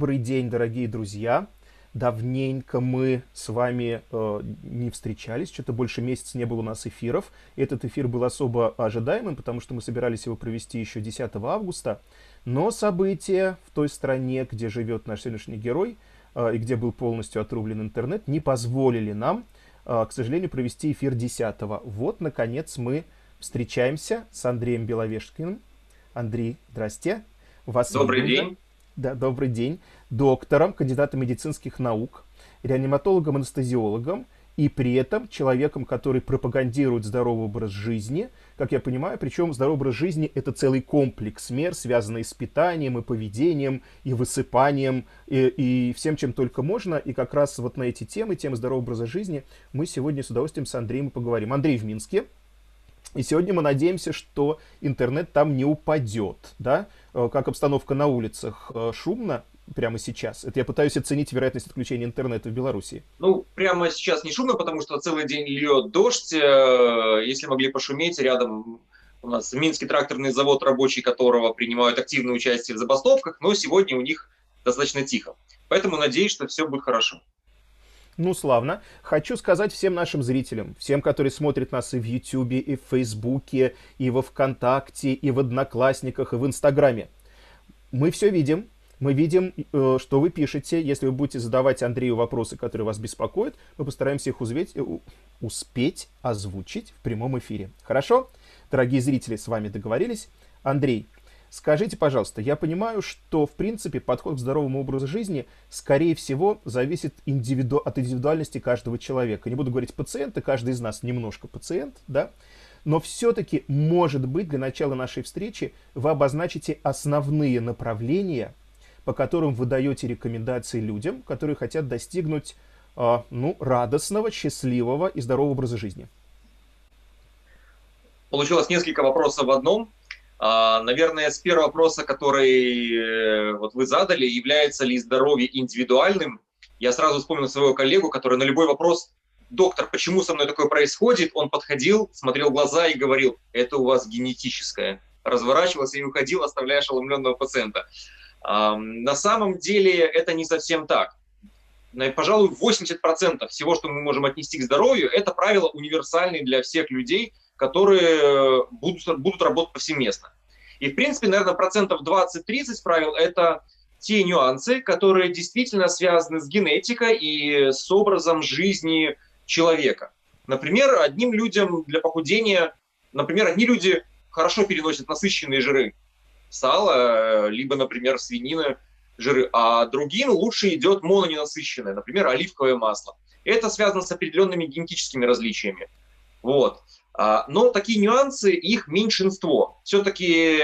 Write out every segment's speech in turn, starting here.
Добрый день, дорогие друзья. Давненько мы с вами не встречались, что-то больше месяца не было у нас эфиров. Этот эфир был особо ожидаемым, потому что мы собирались его провести еще 10 августа. Но события в той стране, где живет наш сегодняшний герой, и где был полностью отрублен интернет, не позволили нам, к сожалению, провести эфир 10-го. Вот, наконец, мы встречаемся с Андреем Беловежским. Андрей, здрасте. Вас Добрый видим, да? день. Да, добрый день. Доктором, кандидатом медицинских наук, реаниматологом-анестезиологом и при этом человеком, который пропагандирует здоровый образ жизни, как я понимаю, причем здоровый образ жизни – это целый комплекс мер, связанный с питанием и поведением, и высыпанием, и всем, чем только можно. И как раз вот на эти темы здорового образа жизни, мы сегодня с удовольствием с Андреем и поговорим. Андрей в Минске. И сегодня мы надеемся, что интернет там не упадет, да? Как обстановка на улицах, шумно прямо сейчас. Это я пытаюсь оценить вероятность отключения интернета в Беларуси. Ну, прямо сейчас не шумно, потому что целый день льет дождь. Если могли пошуметь, рядом у нас Минский тракторный завод, рабочие которого принимают активное участие в забастовках, но сегодня у них достаточно тихо. Поэтому надеюсь, что все будет хорошо. Ну, славно. Хочу сказать всем нашим зрителям, всем, которые смотрят нас и в Ютубе, и в Фейсбуке, и во ВКонтакте, и в Одноклассниках, и в Инстаграме. Мы все видим. Мы видим, что вы пишете. Если вы будете задавать Андрею вопросы, которые вас беспокоят, мы постараемся их успеть озвучить в прямом эфире. Хорошо? Дорогие зрители, с вами договорились. Андрей, скажите, пожалуйста, я понимаю, что, в принципе, подход к здоровому образу жизни, скорее всего, зависит от индивидуальности каждого человека. Не буду говорить пациента, каждый из нас немножко пациент, да? Но все-таки, может быть, для начала нашей встречи вы обозначите основные направления, по которым вы даете рекомендации людям, которые хотят достигнуть радостного, счастливого и здорового образа жизни. Получилось несколько вопросов в одном. Наверное, с первого вопроса, который вот вы задали, является ли здоровье индивидуальным, я сразу вспомнил своего коллегу, который на любой вопрос: доктор, почему со мной такое происходит? Он подходил, смотрел в глаза и говорил: это у вас генетическое. Разворачивался и уходил, оставляя ошеломленного пациента. На самом деле это не совсем так. Пожалуй, 80% всего, что мы можем отнести к здоровью, это правила универсальные для всех людей, которые будут работать повсеместно. И, в принципе, наверное, 20-30% правил – это те нюансы, которые действительно связаны с генетикой и с образом жизни человека. Например, одним людям для похудения, одни люди хорошо переносят насыщенные жиры, сало, либо, например, свинина, жиры, а другим лучше идет мононенасыщенное, например, оливковое масло. Это связано с определенными генетическими различиями. Вот. Но такие нюансы, их меньшинство. Все-таки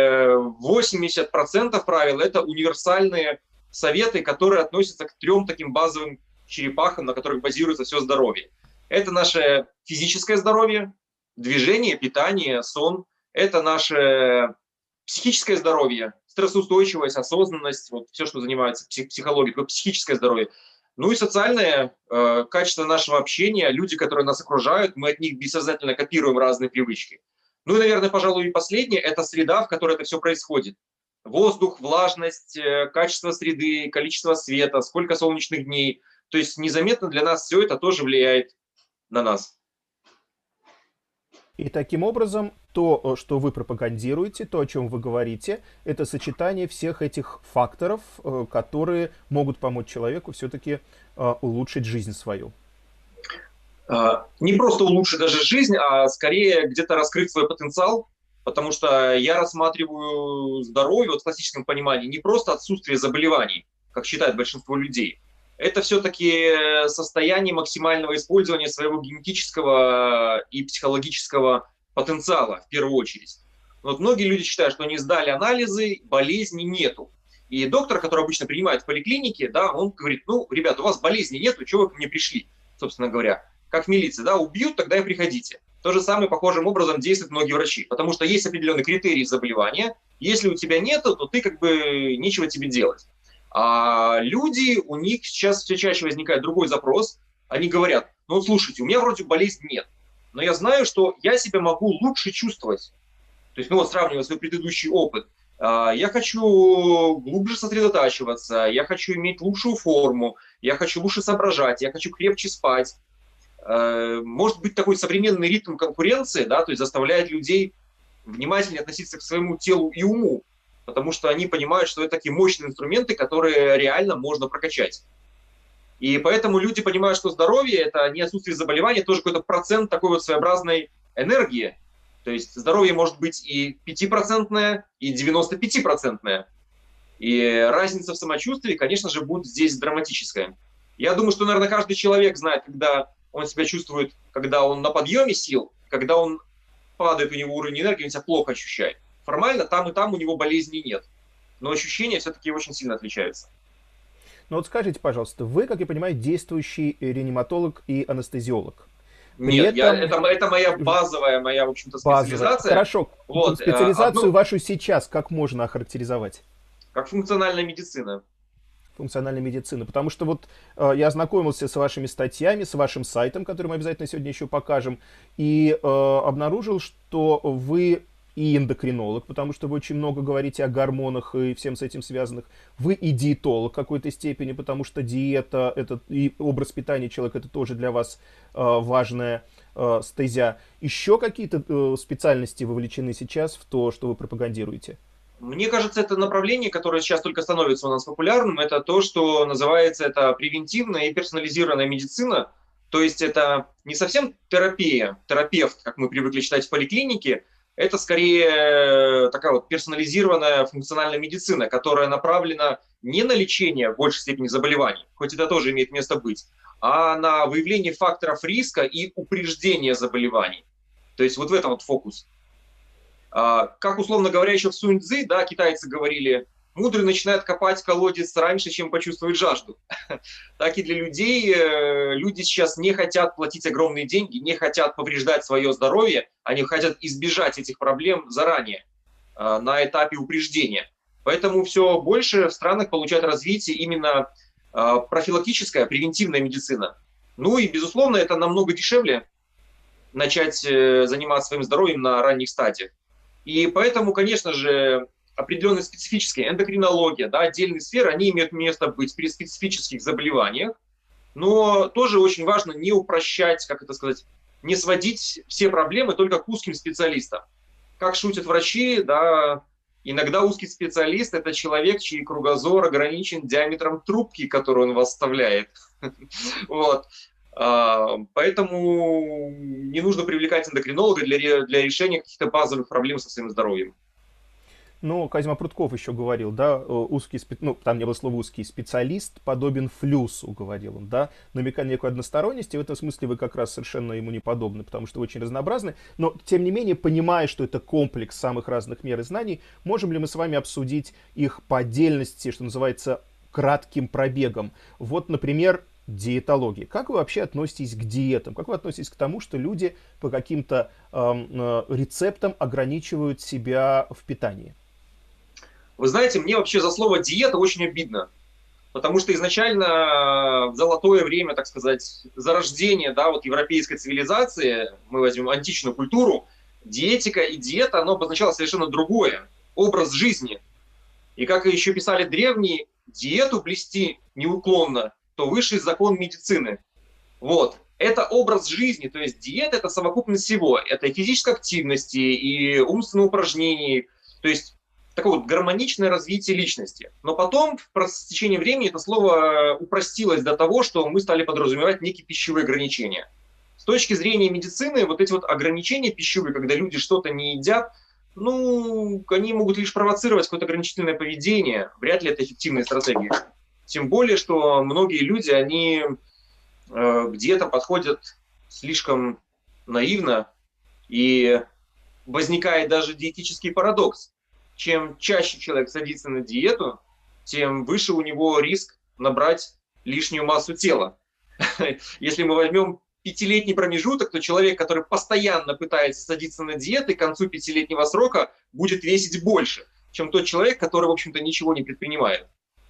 80% правил – это универсальные советы, которые относятся к 3 таким базовым черепахам, на которых базируется все здоровье. Это наше физическое здоровье, движение, питание, сон. Это наше психическое здоровье, стрессоустойчивость, осознанность, вот все, что занимается психологией, такое психическое здоровье. Ну и социальное качество нашего общения, люди, которые нас окружают, мы от них бессознательно копируем разные привычки. Ну и, наверное, пожалуй, и последнее – это среда, в которой это все происходит. Воздух, влажность, качество среды, количество света, сколько солнечных дней. То есть незаметно для нас все это тоже влияет на нас. И таким образом, то, что вы пропагандируете, то, о чем вы говорите, это сочетание всех этих факторов, которые могут помочь человеку все-таки улучшить жизнь свою. Не просто улучшить даже жизнь, а скорее где-то раскрыть свой потенциал, потому что я рассматриваю здоровье вот в классическом понимании не просто отсутствие заболеваний, как считает большинство людей. Это все-таки состояние максимального использования своего генетического и психологического потенциала в первую очередь. Вот многие люди считают, что они сдали анализы, болезни нету. И доктор, который обычно принимает в поликлинике, да, он говорит: ну, ребята, у вас болезни нету, чего вы ко мне пришли, собственно говоря. Как в милиции, да, убьют, тогда и приходите. То же самое похожим образом действуют многие врачи, потому что есть определенный критерий заболевания. Если у тебя нету, то ты как бы нечего тебе делать. А люди, у них сейчас все чаще возникает другой запрос. Они говорят: ну слушайте, у меня вроде болезни нет, но я знаю, что я себя могу лучше чувствовать. То есть, ну вот сравнивая свой предыдущий опыт, Я хочу глубже сосредотачиваться, я хочу иметь лучшую форму, я хочу лучше соображать, я хочу крепче спать. Может быть, такой современный ритм конкуренции, да, то есть заставляет людей внимательнее относиться к своему телу и уму, потому что они понимают, что это такие мощные инструменты, которые реально можно прокачать. И поэтому люди понимают, что здоровье – это не отсутствие заболеваний, это тоже какой-то процент такой вот своеобразной энергии. То есть здоровье может быть и 5%, и 95%. И разница в самочувствии, конечно же, будет здесь драматическая. Я думаю, что, наверное, каждый человек знает, когда он себя чувствует, когда он на подъеме сил, когда он падает, у него уровень энергии, он себя плохо ощущает. Формально там и там у него болезней нет. Но ощущения все-таки очень сильно отличаются. Но вот скажите, пожалуйста, вы, как я понимаю, действующий реаниматолог и анестезиолог. При Нет, этом это моя базовая, моя, в общем-то, базовая. специализация. Хорошо, Вот, специализацию вашу сейчас как можно охарактеризовать? как функциональная медицина. Функциональной медицины. Потому что вот я ознакомился с вашими статьями, с вашим сайтом, который мы обязательно сегодня еще покажем, и обнаружил, что вы и эндокринолог, потому что вы очень много говорите о гормонах и всем с этим связанных. Вы и диетолог в какой-то степени, потому что диета это, и образ питания человека это тоже для вас важная стезя. Еще какие-то специальности вовлечены сейчас в то, что вы пропагандируете? Мне кажется, это направление, которое сейчас только становится у нас популярным, это то, что называется это превентивная и персонализированная медицина. То есть это не совсем терапия, терапевт, как мы привыкли читать в поликлинике, это скорее такая вот персонализированная функциональная медицина, которая направлена не на лечение в большей степени заболеваний, хоть это тоже имеет место быть, а на выявление факторов риска и упреждение заболеваний. То есть вот в этом вот фокус. Как, условно говоря, еще в Сунь-Цзы, да, китайцы говорили, мудрый начинает копать колодец раньше, чем почувствует жажду. Так и для людей, люди сейчас не хотят платить огромные деньги, не хотят повреждать свое здоровье, они хотят избежать этих проблем заранее, на этапе упреждения. Поэтому все больше в странах получает развитие именно профилактическая, превентивная медицина. Ну и, безусловно, это намного дешевле начать заниматься своим здоровьем на ранних стадиях. И поэтому, конечно же, определенные специфические эндокринология, да, отдельные сферы, они имеют место быть при специфических заболеваниях, но тоже очень важно не упрощать, как это сказать, не сводить все проблемы только к узким специалистам. Как шутят врачи, да, иногда узкий специалист – это человек, чей кругозор ограничен диаметром трубки, которую он вас вставляет. Вот. Поэтому не нужно привлекать эндокринолога для решения каких-то базовых проблем со своим здоровьем. Ну, Козьма Прутков еще говорил, да, узкий, ну, там не было слова узкий, специалист подобен флюсу, говорил он, да, намекая на некую односторонность, и в этом смысле вы как раз совершенно ему не подобны, потому что вы очень разнообразны, но, тем не менее, понимая, что это комплекс самых разных мер и знаний, можем ли мы с вами обсудить их по отдельности, что называется, кратким пробегом? Вот, например, диетология. Как вы вообще относитесь к диетам? Как вы относитесь к тому, что люди по каким-то рецептам ограничивают себя в питании? Вы знаете, мне вообще за слово диета очень обидно, потому что изначально в золотое время, так сказать, зарождения, да, вот европейской цивилизации, мы возьмем античную культуру, диетика и диета, оно обозначало совершенно другое, образ жизни. И как еще писали древние, диету блюсти неуклонно, то высший закон медицины. Вот. Это образ жизни, то есть диета – это совокупность всего. Это и физической активности, и умственных упражнений, то есть такое вот гармоничное развитие личности. Но потом, с течением времени, это слово упростилось до того, что мы стали подразумевать некие пищевые ограничения. С точки зрения медицины, вот эти вот ограничения пищевые, когда люди что-то не едят, ну, они могут лишь провоцировать какое-то ограничительное поведение. Вряд ли это эффективная стратегия. Тем более, что многие люди, они к диетам подходят слишком наивно, и возникает даже диетический парадокс. Чем чаще человек садится на диету, тем выше у него риск набрать лишнюю массу тела. Если мы возьмем пятилетний промежуток, то человек, который постоянно пытается садиться на диеты, к концу пятилетнего срока будет весить больше, чем тот человек, который, в общем-то, ничего не предпринимает.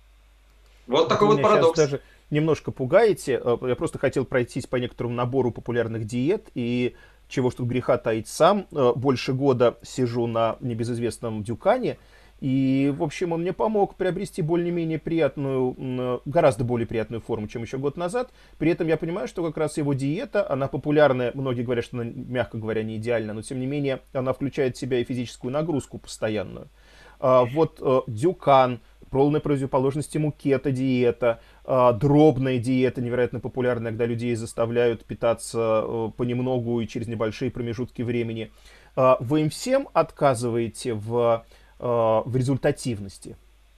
Вот такой вот парадокс. Даже немножко пугаете. Я просто хотел пройтись по некоторому набору популярных диет, и чего ж тут греха таить, сам больше года сижу на небезызвестном Дюкане, И, в общем, он мне помог приобрести более-менее приятную, гораздо более приятную форму, чем еще год назад. При этом я понимаю, что как раз его диета, она популярная, многие говорят, что она, мягко говоря, не идеальна, но тем не менее она включает в себя и физическую нагрузку постоянную. Вот Дюкан, полная противоположность ему кето-диета, дробная диета, невероятно популярная, когда людей заставляют питаться понемногу и через небольшие промежутки времени. Вы им всем отказываете в результативности?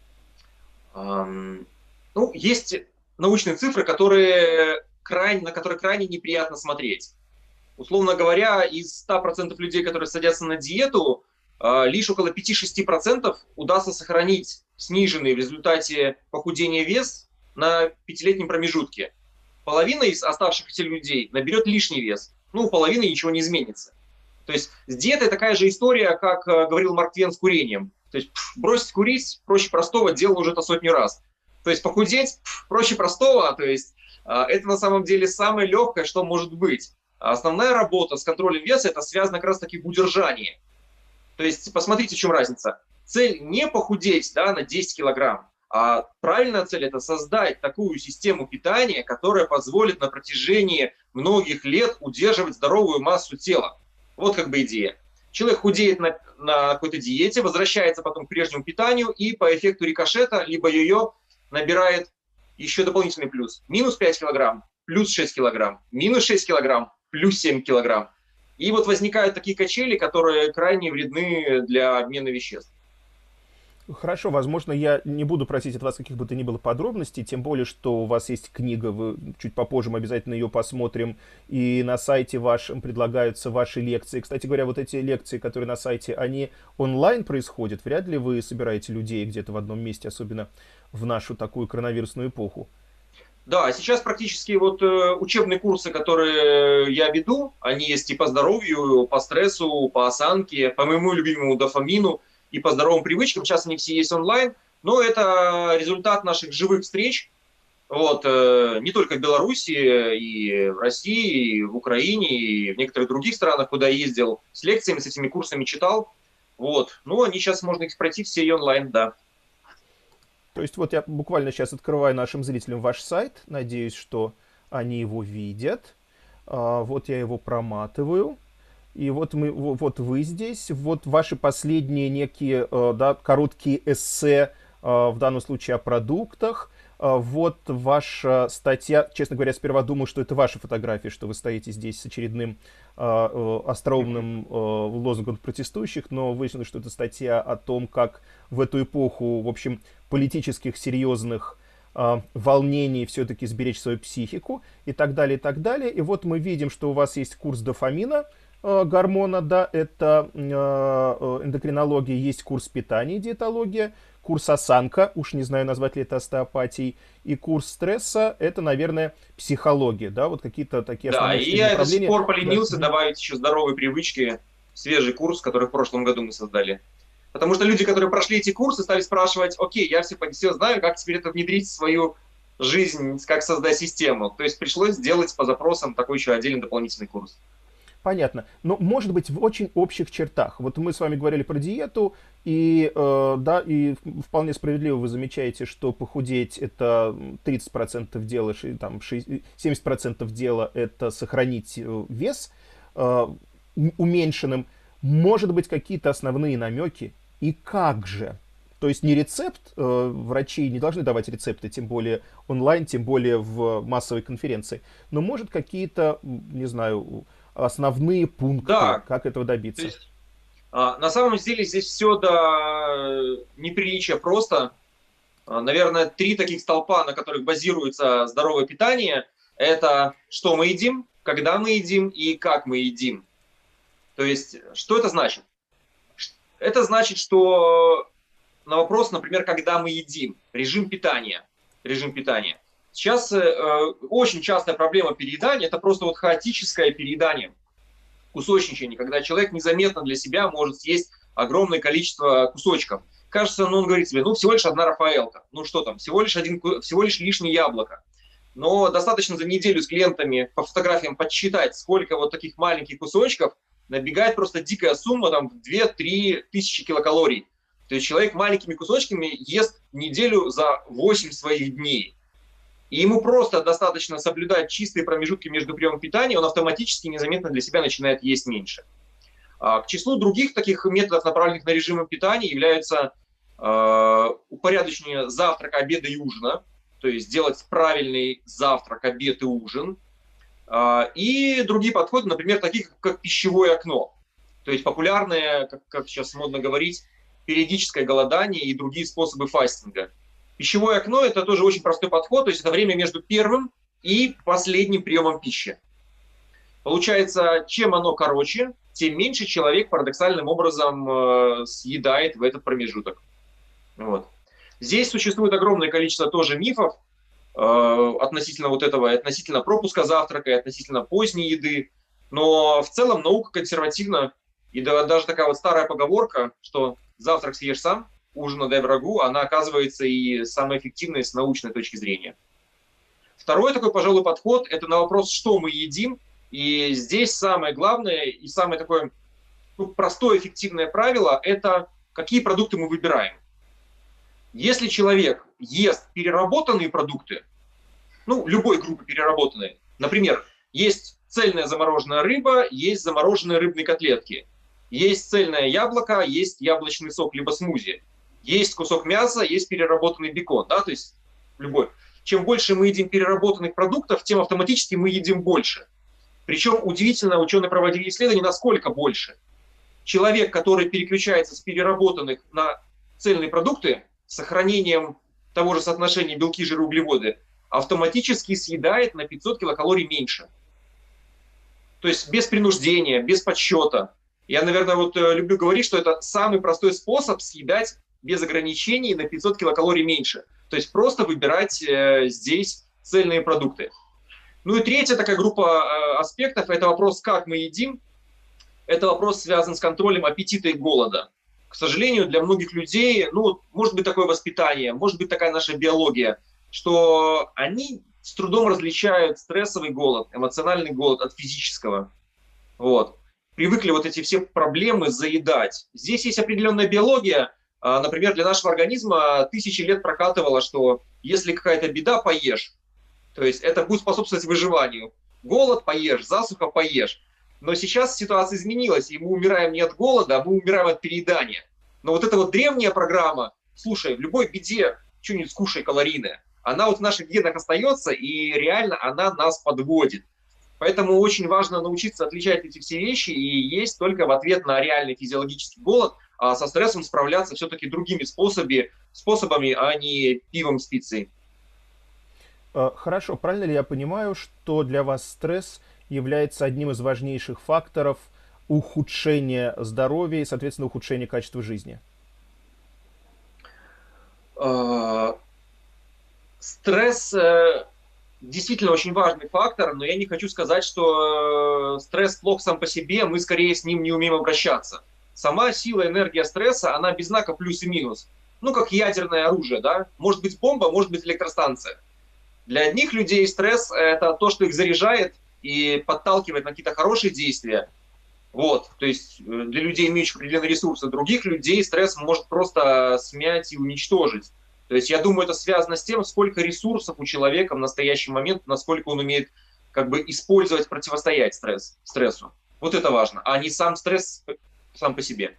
Ну, есть научные цифры, на которые крайне неприятно смотреть. Условно говоря, из 100% людей, которые садятся на диету, лишь около 5-6% удастся сохранить сниженный в результате похудения вес на 5-летнем промежутке. Половина из оставшихся людей наберет лишний вес. Ну, у половины ничего не изменится. То есть с диетой такая же история, как говорил Марк Твен с курением. То есть бросить курить проще простого, делал уже это сотню раз. То есть похудеть проще простого, то есть это на самом деле самое легкое, что может быть. Основная работа с контролем веса это связано как раз таки в удержании. То есть посмотрите, в чем разница. Цель не похудеть, да, на 10 килограмм, а правильная цель это создать такую систему питания, которая позволит на протяжении многих лет удерживать здоровую массу тела. Вот как бы идея. Человек худеет на какой-то диете, возвращается потом к прежнему питанию и по эффекту рикошета либо йо-йо набирает еще дополнительный плюс. Минус 5 килограмм, плюс 6 килограмм, минус 6 килограмм, плюс 7 килограмм. И вот возникают такие качели, которые крайне вредны для обмена веществ. Хорошо, возможно, я не буду просить от вас каких бы то ни было подробностей, тем более, что у вас есть книга, чуть попозже мы обязательно ее посмотрим, и на сайте вашем предлагаются ваши лекции. Кстати говоря, вот эти лекции, которые на сайте, они онлайн происходят? Вряд ли вы собираете людей где-то в одном месте, особенно в нашу такую коронавирусную эпоху? Да, сейчас практически вот учебные курсы, которые я веду, они есть и по здоровью, по стрессу, по осанке, по моему любимому дофамину, и по здоровым привычкам. Сейчас они все есть онлайн, но это результат наших живых встреч. Вот, не только в Беларуси, и в России, и в Украине, и в некоторых других странах, куда я ездил с лекциями, с этими курсами читал. Вот, ну, они сейчас, можно их пройти все и онлайн, да. То есть вот я буквально сейчас открываю нашим зрителям ваш сайт, надеюсь, что они его видят. Вот я его проматываю. И вот, вот вы здесь, вот ваши последние некие, да, короткие эссе, в данном случае о продуктах. Вот ваша статья, честно говоря, сперва думал, что это ваша фотография, что вы стоите здесь с очередным остроумным лозунгом протестующих, но выяснилось, что это статья о том, как в эту эпоху, в общем, политических серьезных волнений все-таки сберечь свою психику и так далее, и так далее. И вот мы видим, что у вас есть курс дофамина, гормона, да, это эндокринология, есть курс питания, диетология, курс осанка, уж не знаю, назвать ли это остеопатией, и курс стресса, это, наверное, психология, да, вот какие-то такие Да, основные и четыре я до направления. сих пор поленился Да. добавить еще здоровые привычки, свежий курс, который в прошлом году мы создали. Потому что люди, которые прошли эти курсы, стали спрашивать, окей, я все знаю, как теперь это внедрить в свою жизнь, как создать систему. То есть пришлось сделать по запросам такой еще отдельный дополнительный курс. Понятно. Но может быть в очень общих чертах. Вот мы с вами говорили про диету, и, да, и вполне справедливо вы замечаете, что похудеть это 30% дела, там, 70% дела это сохранить вес уменьшенным. Может быть какие-то основные намеки, и как же? То есть не рецепт, врачи не должны давать рецепты, тем более онлайн, тем более в массовой конференции, но может какие-то, не знаю, основные пункты, Да, как этого то добиться. есть на самом деле здесь все до неприличия просто. Наверное, 3 таких столпа, на которых базируется здоровое питание, это что мы едим, когда мы едим и как мы едим. То есть, что это значит? Это значит, что на вопрос, например, когда мы едим, режим питания. Режим питания. Сейчас очень частая проблема переедания – это просто вот хаотическое переедание, кусочничание, когда человек незаметно для себя может съесть огромное количество кусочков. Кажется, ну он говорит себе, ну всего лишь одна Рафаэлка, ну что там, всего лишь лишнее яблоко. Но достаточно за неделю с клиентами по фотографиям подсчитать, сколько вот таких маленьких кусочков, набегает просто дикая сумма, там, в 2-3 тысячи килокалорий. То есть человек маленькими кусочками ест неделю за 8 своих дней. И ему просто достаточно соблюдать чистые промежутки между приемом питания, он автоматически незаметно для себя начинает есть меньше. К числу других таких методов, направленных на режим питания, являются упорядочение завтрака, обеда и ужина, то есть делать правильный завтрак, обед и ужин. И другие подходы, например, такие как пищевое окно. То есть популярные, как сейчас модно говорить, периодическое голодание и другие способы фастинга. Пищевое окно – это тоже очень простой подход, то есть это время между первым и последним приемом пищи. Получается, чем оно короче, тем меньше человек парадоксальным образом съедает в этот промежуток. Вот. Здесь существует огромное количество тоже мифов относительно вот этого, относительно пропуска завтрака, и относительно поздней еды. Но в целом наука консервативна, и даже такая вот старая поговорка, что завтрак съешь сам, ужин отдай врагу, она оказывается и самой эффективной с научной точки зрения. Второй такой, пожалуй, подход – это на вопрос, что мы едим. И здесь самое главное и самое такое простое эффективное правило – это какие продукты мы выбираем. Если человек ест переработанные продукты, любой группы переработанные, например, есть цельная замороженная рыба, есть замороженные рыбные котлетки, есть цельное яблоко, есть яблочный сок, либо смузи, есть кусок мяса, есть переработанный бекон, да, то есть любой. Чем больше мы едим переработанных продуктов, тем автоматически мы едим больше. Причем удивительно, ученые проводили исследования, насколько больше. Человек, который переключается с переработанных на цельные продукты, с сохранением того же соотношения белки, жиры, углеводы, автоматически съедает на 500 килокалорий меньше. То есть без принуждения, без подсчета. Я, наверное, люблю говорить, что это самый простой способ съедать без ограничений на 500 килокалорий меньше. То есть просто выбирать здесь цельные продукты. И третья такая группа аспектов – это вопрос, как мы едим. Это вопрос связан с контролем аппетита и голода. К сожалению, для многих людей, может быть такое воспитание, может быть такая наша биология, что они с трудом различают стрессовый голод, эмоциональный голод от физического. Вот. Привыкли эти все проблемы заедать. Здесь есть определенная биология. Например, для нашего организма тысячи лет прокатывало, что если какая-то беда, поешь. То есть это будет способствовать выживанию. Голод – поешь, засуха – поешь. Но сейчас ситуация изменилась, и мы умираем не от голода, а мы умираем от переедания. Но эта древняя программа, слушай, в любой беде что-нибудь скушай калорийное, она в наших генах остается, и реально она нас подводит. Поэтому очень важно научиться отличать эти все вещи и есть только в ответ на реальный физиологический голод, а со стрессом справляться все-таки другими способами, а не пивом с пиццей. Хорошо, правильно ли я понимаю, что для вас стресс является одним из важнейших факторов ухудшения здоровья и, соответственно, ухудшения качества жизни? Стресс действительно очень важный фактор, но я не хочу сказать, что стресс плох сам по себе, мы скорее с ним не умеем обращаться. Сама сила, энергия стресса, она без знака плюс и минус. Как ядерное оружие, да? Может быть бомба, может быть электростанция. Для одних людей стресс – это то, что их заряжает и подталкивает на какие-то хорошие действия. То есть для людей, имеющих определенные ресурсы, других людей стресс может просто смять и уничтожить. То есть я думаю, это связано с тем, сколько ресурсов у человека в настоящий момент, насколько он умеет использовать, противостоять стрессу. Это важно, а не сам стресс сам по себе.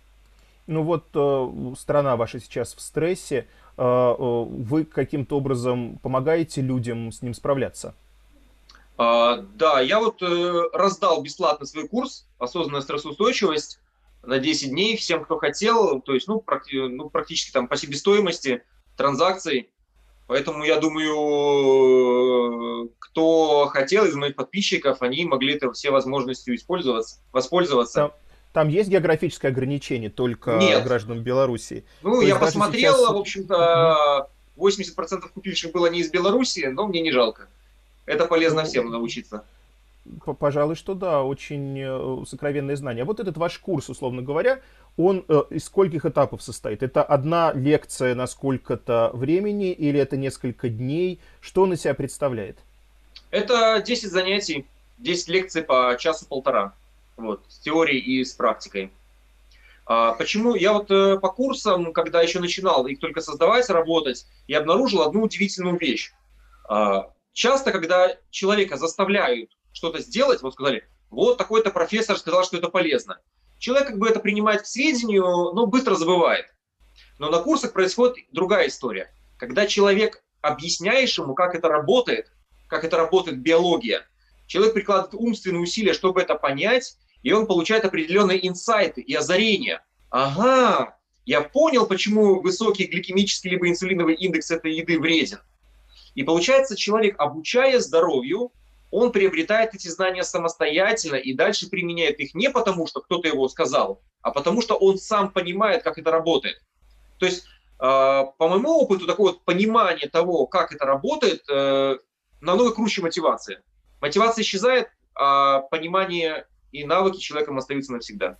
Страна ваша сейчас в стрессе. Вы каким-то образом помогаете людям с ним справляться? Да, я раздал бесплатно свой курс «Осознанная стрессоустойчивость» на 10 дней всем, кто хотел, то есть практически по себестоимости транзакций. Поэтому я думаю, кто хотел из моих подписчиков, они могли все возможностью воспользоваться. Там есть географическое ограничение только Нет. Гражданам Белоруссии? Я посмотрел, сейчас... в общем-то, 80% купивших было не из Беларуси, но мне не жалко. Это полезно всем научиться. Пожалуй, что да, очень сокровенное знание. А этот ваш курс, условно говоря, он из скольких этапов состоит? Это одна лекция на сколько-то времени или это несколько дней? Что он из себя представляет? Это 10 занятий, 10 лекций по часу-полтора. С теорией и с практикой. Почему я вот по курсам, когда еще начинал их только создавать, работать, я обнаружил одну удивительную вещь. Часто, когда человека заставляют что-то сделать, вот сказали, вот такой-то профессор сказал, что это полезно. Человек как бы это принимает к сведению, но быстро забывает. Но на курсах происходит другая история. Когда человек объясняешь ему, как это работает биология, человек прикладывает умственные усилия, чтобы это понять, и он получает определенные инсайты и озарения. Ага, я понял, почему высокий гликемический либо инсулиновый индекс этой еды вреден. И получается, человек, обучая здоровью, он приобретает эти знания самостоятельно и дальше применяет их не потому, что кто-то его сказал, а потому что он сам понимает, как это работает. То есть, по моему опыту, такое вот понимание того, как это работает, намного круче мотивации. Мотивация исчезает, а понимание и навыки человеком остаются навсегда.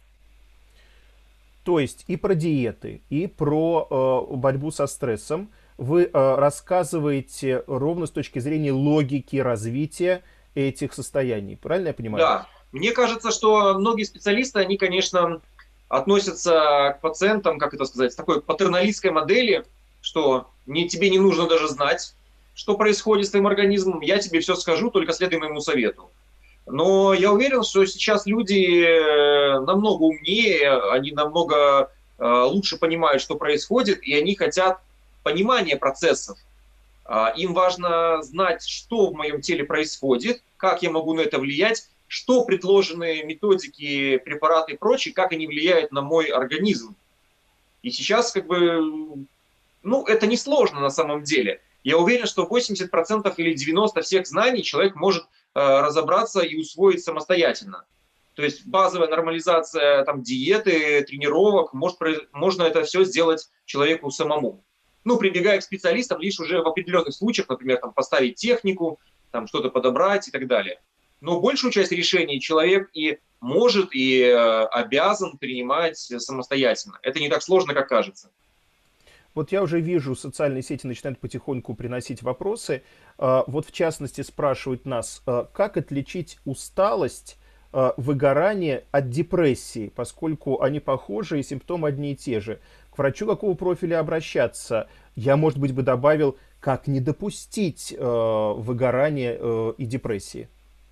То есть и про диеты, и про борьбу со стрессом вы рассказываете ровно с точки зрения логики развития этих состояний. Правильно я понимаю? Да, мне кажется, что многие специалисты, они, конечно, относятся к пациентам, как это сказать, с такой патерналистской модели, что тебе не нужно даже знать, что происходит с твоим организмом, я тебе все скажу, только следуй моему совету. Но я уверен, что сейчас люди намного умнее, они намного лучше понимают, что происходит, и они хотят понимания процессов. Им важно знать, что в моем теле происходит, как я могу на это влиять, что предложенные методики, препараты и прочее, как они влияют на мой организм. И сейчас как бы, это несложно на самом деле. Я уверен, что 80% или 90% всех знаний человек может разобраться и усвоить самостоятельно. То есть базовая нормализация диеты, тренировок, можно это все сделать человеку самому. Прибегая к специалистам лишь уже в определенных случаях, например, поставить технику, что-то подобрать и так далее. Но большую часть решений человек и может, и обязан принимать самостоятельно. Это не так сложно, как кажется. Вот я уже вижу, социальные сети начинают потихоньку приносить вопросы. Вот в частности спрашивают нас, как отличить усталость, выгорание от депрессии, поскольку они похожи и симптомы одни и те же. К врачу какого профиля обращаться? Я, может быть, бы добавил, как не допустить выгорания и депрессии.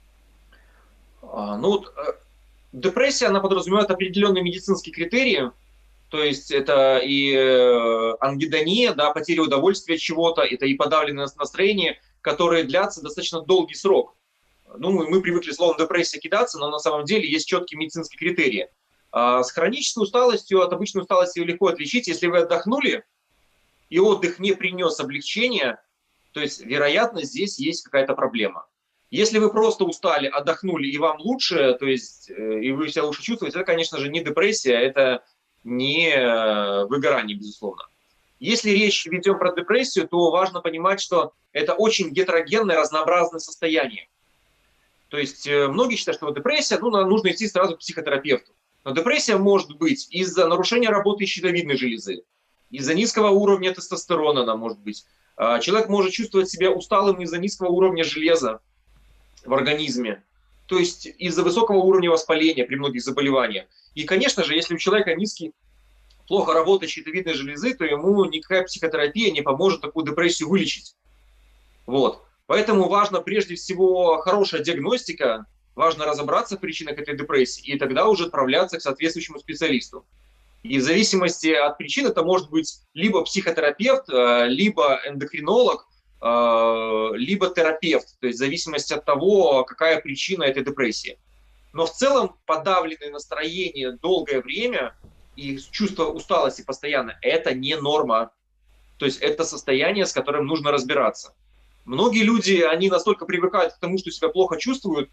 Депрессия, она подразумевает определенные медицинские критерии. То есть это и ангидония, да, потеря удовольствия от чего-то, это и подавленное настроение, которые длятся достаточно долгий срок. Мы привыкли словом депрессия кидаться, но на самом деле есть четкие медицинские критерии. С хронической усталостью от обычной усталости легко отличить. Если вы отдохнули, и отдых не принес облегчения, то есть, вероятно, здесь есть какая-то проблема. Если вы просто устали, отдохнули, и вам лучше, то есть, и вы себя лучше чувствуете, это, конечно же, не депрессия, это не выгорание, безусловно. Если речь ведем про депрессию, то важно понимать, что это очень гетерогенное, разнообразное состояние. То есть многие считают, что депрессия, нужно идти сразу к психотерапевту. Но депрессия может быть из-за нарушения работы щитовидной железы, из-за низкого уровня тестостерона она может быть. Человек может чувствовать себя усталым из-за низкого уровня железа в организме. То есть из-за высокого уровня воспаления при многих заболеваниях. И, конечно же, если у человека низкий, плохо работает щитовидной железы, то ему никакая психотерапия не поможет такую депрессию вылечить. Вот. Поэтому важно прежде всего хорошая диагностика, важно разобраться в причинах этой депрессии и тогда уже отправляться к соответствующему специалисту. И в зависимости от причин это может быть либо психотерапевт, либо эндокринолог, либо терапевт, то есть в зависимости от того, какая причина этой депрессии. Но в целом подавленное настроение долгое время и чувство усталости постоянно – это не норма. То есть это состояние, с которым нужно разбираться. Многие люди, они настолько привыкают к тому, что себя плохо чувствуют,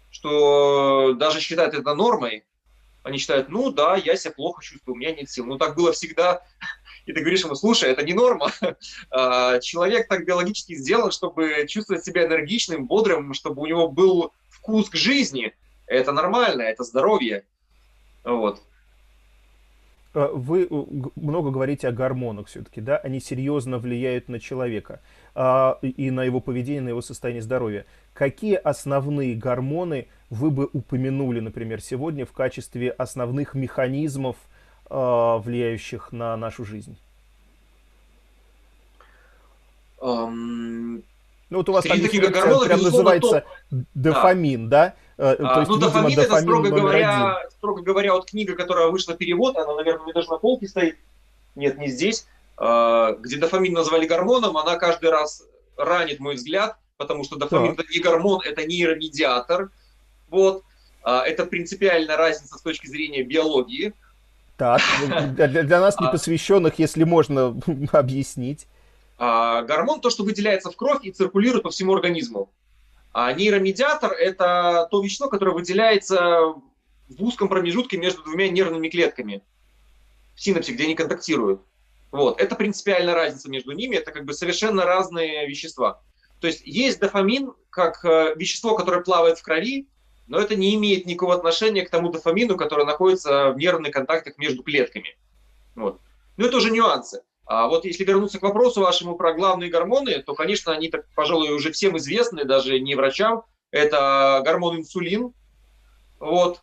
что даже считают это нормой. Они считают, да, я себя плохо чувствую, у меня нет сил. Так было всегда. И ты говоришь ему, слушай, это не норма. Человек так биологически сделан, чтобы чувствовать себя энергичным, бодрым, чтобы у него был вкус к жизни. Это нормально, это здоровье. Вот. Вы много говорите о гормонах все-таки, да? Они серьезно влияют на человека и на его поведение, на его состояние здоровья. Какие основные гормоны вы бы упомянули, например, сегодня в качестве основных механизмов влияющих на нашу жизнь? Ам, Ну вот у вас там Среди есть таких лекция, гормонов, прям безусловно, топ. называется Да. дофамин, да? То есть, Ну, видимо, дофамин это, дофамин номер один. строго говоря, вот книга, которая вышла перевод, она, наверное, у меня даже на полке стоит. Нет, не здесь. Где дофамин назвали гормоном, она каждый раз ранит мой взгляд, потому что дофамин Так, это не гормон, это нейромедиатор. Вот. Это принципиальная разница с точки зрения биологии. так. Для нас А, непосвященных, если можно объяснить. Гормон то, что выделяется в кровь и циркулирует по всему организму. А нейромедиатор – это то вещество, которое выделяется в узком промежутке между двумя нервными клетками в синапсе, где они контактируют. Вот. Это принципиальная разница между ними, это как бы совершенно разные вещества. То есть дофамин как вещество, которое плавает в крови, но это не имеет никакого отношения к тому дофамину, который находится в нервных контактах между клетками. Вот. Но это уже нюансы. А вот если вернуться к вопросу вашему про главные гормоны, то, конечно, они, так, пожалуй, уже всем известны, даже не врачам. Это гормон инсулин. Вот.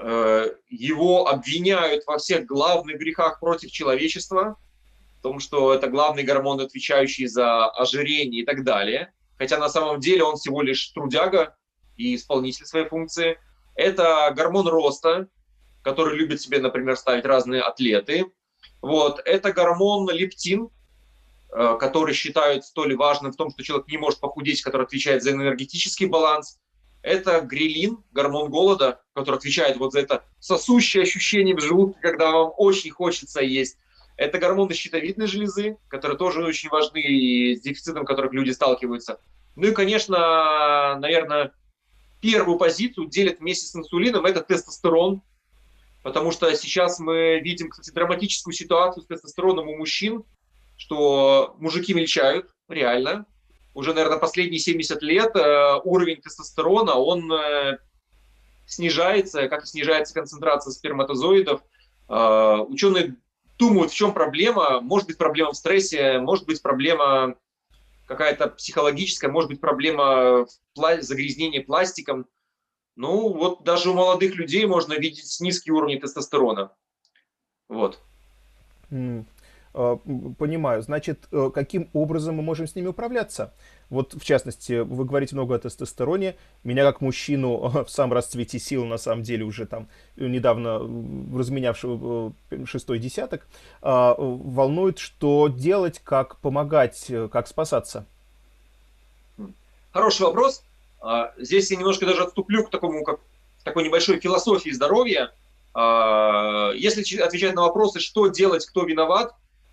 Его обвиняют во всех главных грехах против человечества, в том, что это главный гормон, отвечающий за ожирение и так далее. Хотя на самом деле он всего лишь трудяга и исполнитель своей функции. Это гормон роста, который любят себе, например, ставить разные атлеты. Вот. Это гормон лептин, который считают столь важным в том, что человек не может похудеть, который отвечает за энергетический баланс. Это грелин, гормон голода, который отвечает вот за это сосущее ощущение в желудке, когда вам очень хочется есть. Это гормоны щитовидной железы, которые тоже очень важны и с дефицитом которых люди сталкиваются. Ну и, конечно, наверное, первую позицию делят вместе с инсулином, это тестостерон, потому что сейчас мы видим, кстати, драматическую ситуацию с тестостероном у мужчин, что мужики мельчают, реально. Уже, наверное, последние 70 лет уровень тестостерона, он снижается, как и снижается концентрация сперматозоидов. Ученые думают, в чем проблема. Может быть, проблема в стрессе, может быть, проблема какая-то психологическая, может быть, проблема в загрязнении пластиком. Ну, вот даже у молодых людей можно видеть низкий уровень тестостерона. Вот. Понимаю. Значит, каким образом мы можем с ними управляться? Вот, в частности, вы говорите много о тестостероне. Меня, как мужчину в самом расцвете сил, на самом деле, уже там недавно разменявшего шестой десяток, волнует, что делать, как помогать, как спасаться. Хороший вопрос. Здесь я немножко даже отступлю к такому, как такой небольшой философии здоровья. Если отвечать на вопросы, что делать, кто виноват,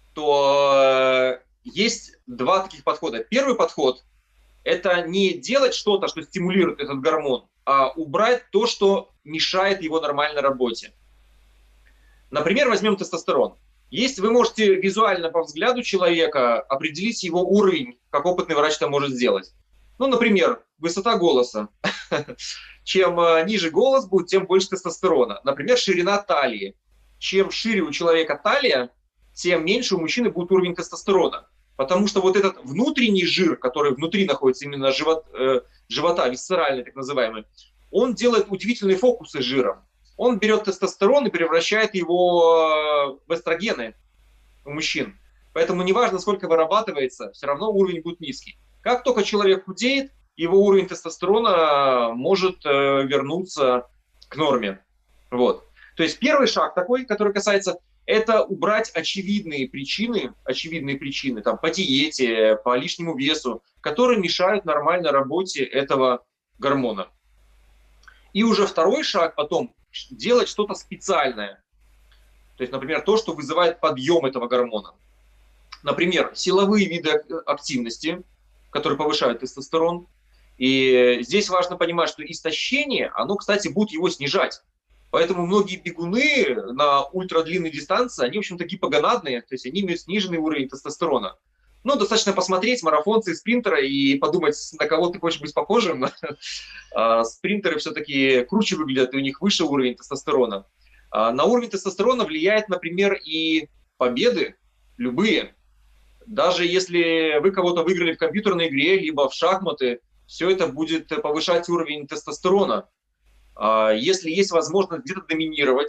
то есть два таких подхода. Первый подход – это не делать что-то, что стимулирует этот гормон, а убрать то, что мешает его нормальной работе. Например, возьмем тестостерон. Вы можете визуально по взгляду человека определить его уровень, как опытный врач это может сделать. Ну, например, высота голоса. Чем ниже голос будет, тем больше тестостерона. Например, ширина талии. Чем шире у человека талия, тем меньше у мужчины будет уровень тестостерона. Потому что вот этот внутренний жир, который внутри находится именно живота, висцеральный так называемый, он делает удивительные фокусы с жиром. Он берет тестостерон и превращает его в эстрогены у мужчин. Поэтому неважно, сколько вырабатывается, все равно уровень будет низкий. Как только человек худеет, его уровень тестостерона может вернуться к норме. Вот. То есть первый шаг такой, который касается, это убрать очевидные причины там, по диете, по лишнему весу, которые мешают нормальной работе этого гормона. И уже второй шаг потом делать что-то специальное. То есть, например, то, что вызывает подъем этого гормона. Например, силовые виды активности, которые повышают тестостерон. И здесь важно понимать, что истощение, оно, кстати, будет его снижать. Поэтому многие бегуны на ультрадлинной дистанции, они, в общем-то, гипогонадные, то есть они имеют сниженный уровень тестостерона. Ну, достаточно посмотреть марафонцы и спринтера и подумать, на кого ты хочешь быть похожим. Спринтеры все-таки круче выглядят, и у них выше уровень тестостерона. На уровень тестостерона влияет, например, и победы, любые. Даже если вы кого-то выиграли в компьютерной игре, либо в шахматы, все это будет повышать уровень тестостерона. Если есть возможность где-то доминировать,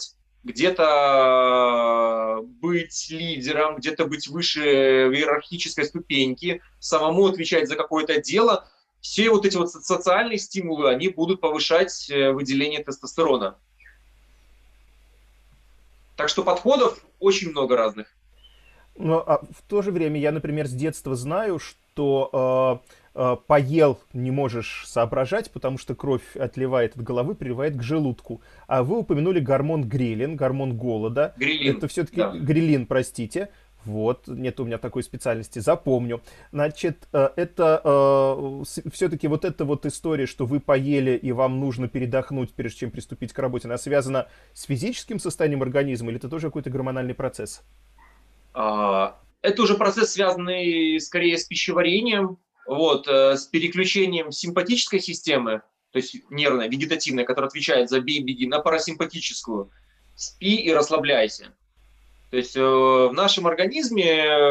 где-то быть лидером, где-то быть выше в иерархической ступеньки, самому отвечать за какое-то дело. Все вот эти вот социальные стимулы, они будут повышать выделение тестостерона. Так что подходов очень много разных. Но в то же время я, например, с детства знаю, что поел, не можешь соображать, потому что кровь отливает от головы, приливает к желудку. А вы упомянули гормон грилин, гормон голода. Грилин, Это все-таки да. грилин, простите. Вот, нет у меня такой специальности, запомню. Значит, это все-таки вот эта вот история, что вы поели и вам нужно передохнуть, прежде чем приступить к работе, она связана с физическим состоянием организма или это тоже какой-то гормональный процесс? Это уже процесс, связанный скорее с пищеварением, вот, с переключением симпатической системы, то есть нервной, вегетативной, которая отвечает за бей-беги, на парасимпатическую. Спи и расслабляйся. То есть в нашем организме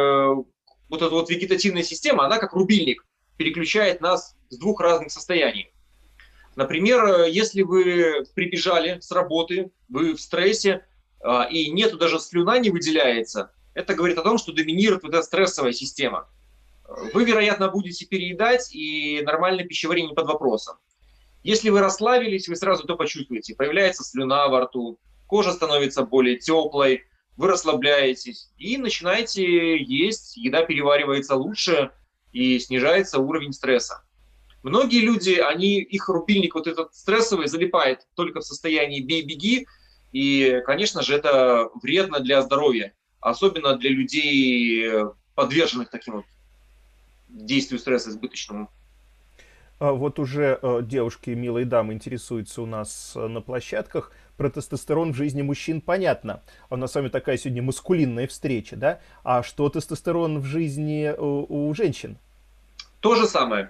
вот эта вот вегетативная система, она как рубильник, переключает нас с двух разных состояний. Например, если вы прибежали с работы, вы в стрессе, и нету даже слюна не выделяется, это говорит о том, что доминирует вот эта стрессовая система. Вы, вероятно, будете переедать, и нормальное пищеварение под вопросом. Если вы расслабились, вы сразу это почувствуете. Появляется слюна во рту, кожа становится более теплой, вы расслабляетесь и начинаете есть, еда переваривается лучше и снижается уровень стресса. Многие люди, их рубильник вот этот стрессовый залипает только в состоянии бей-беги, и, конечно же, это вредно для здоровья, особенно для людей, подверженных таким вот действию стресса избыточному. Вот уже девушки, милые дамы, интересуются у нас на площадках. Про тестостерон в жизни мужчин понятно. У нас с вами такая сегодня маскулинная встреча, да? А что тестостерон в жизни у женщин? То же самое.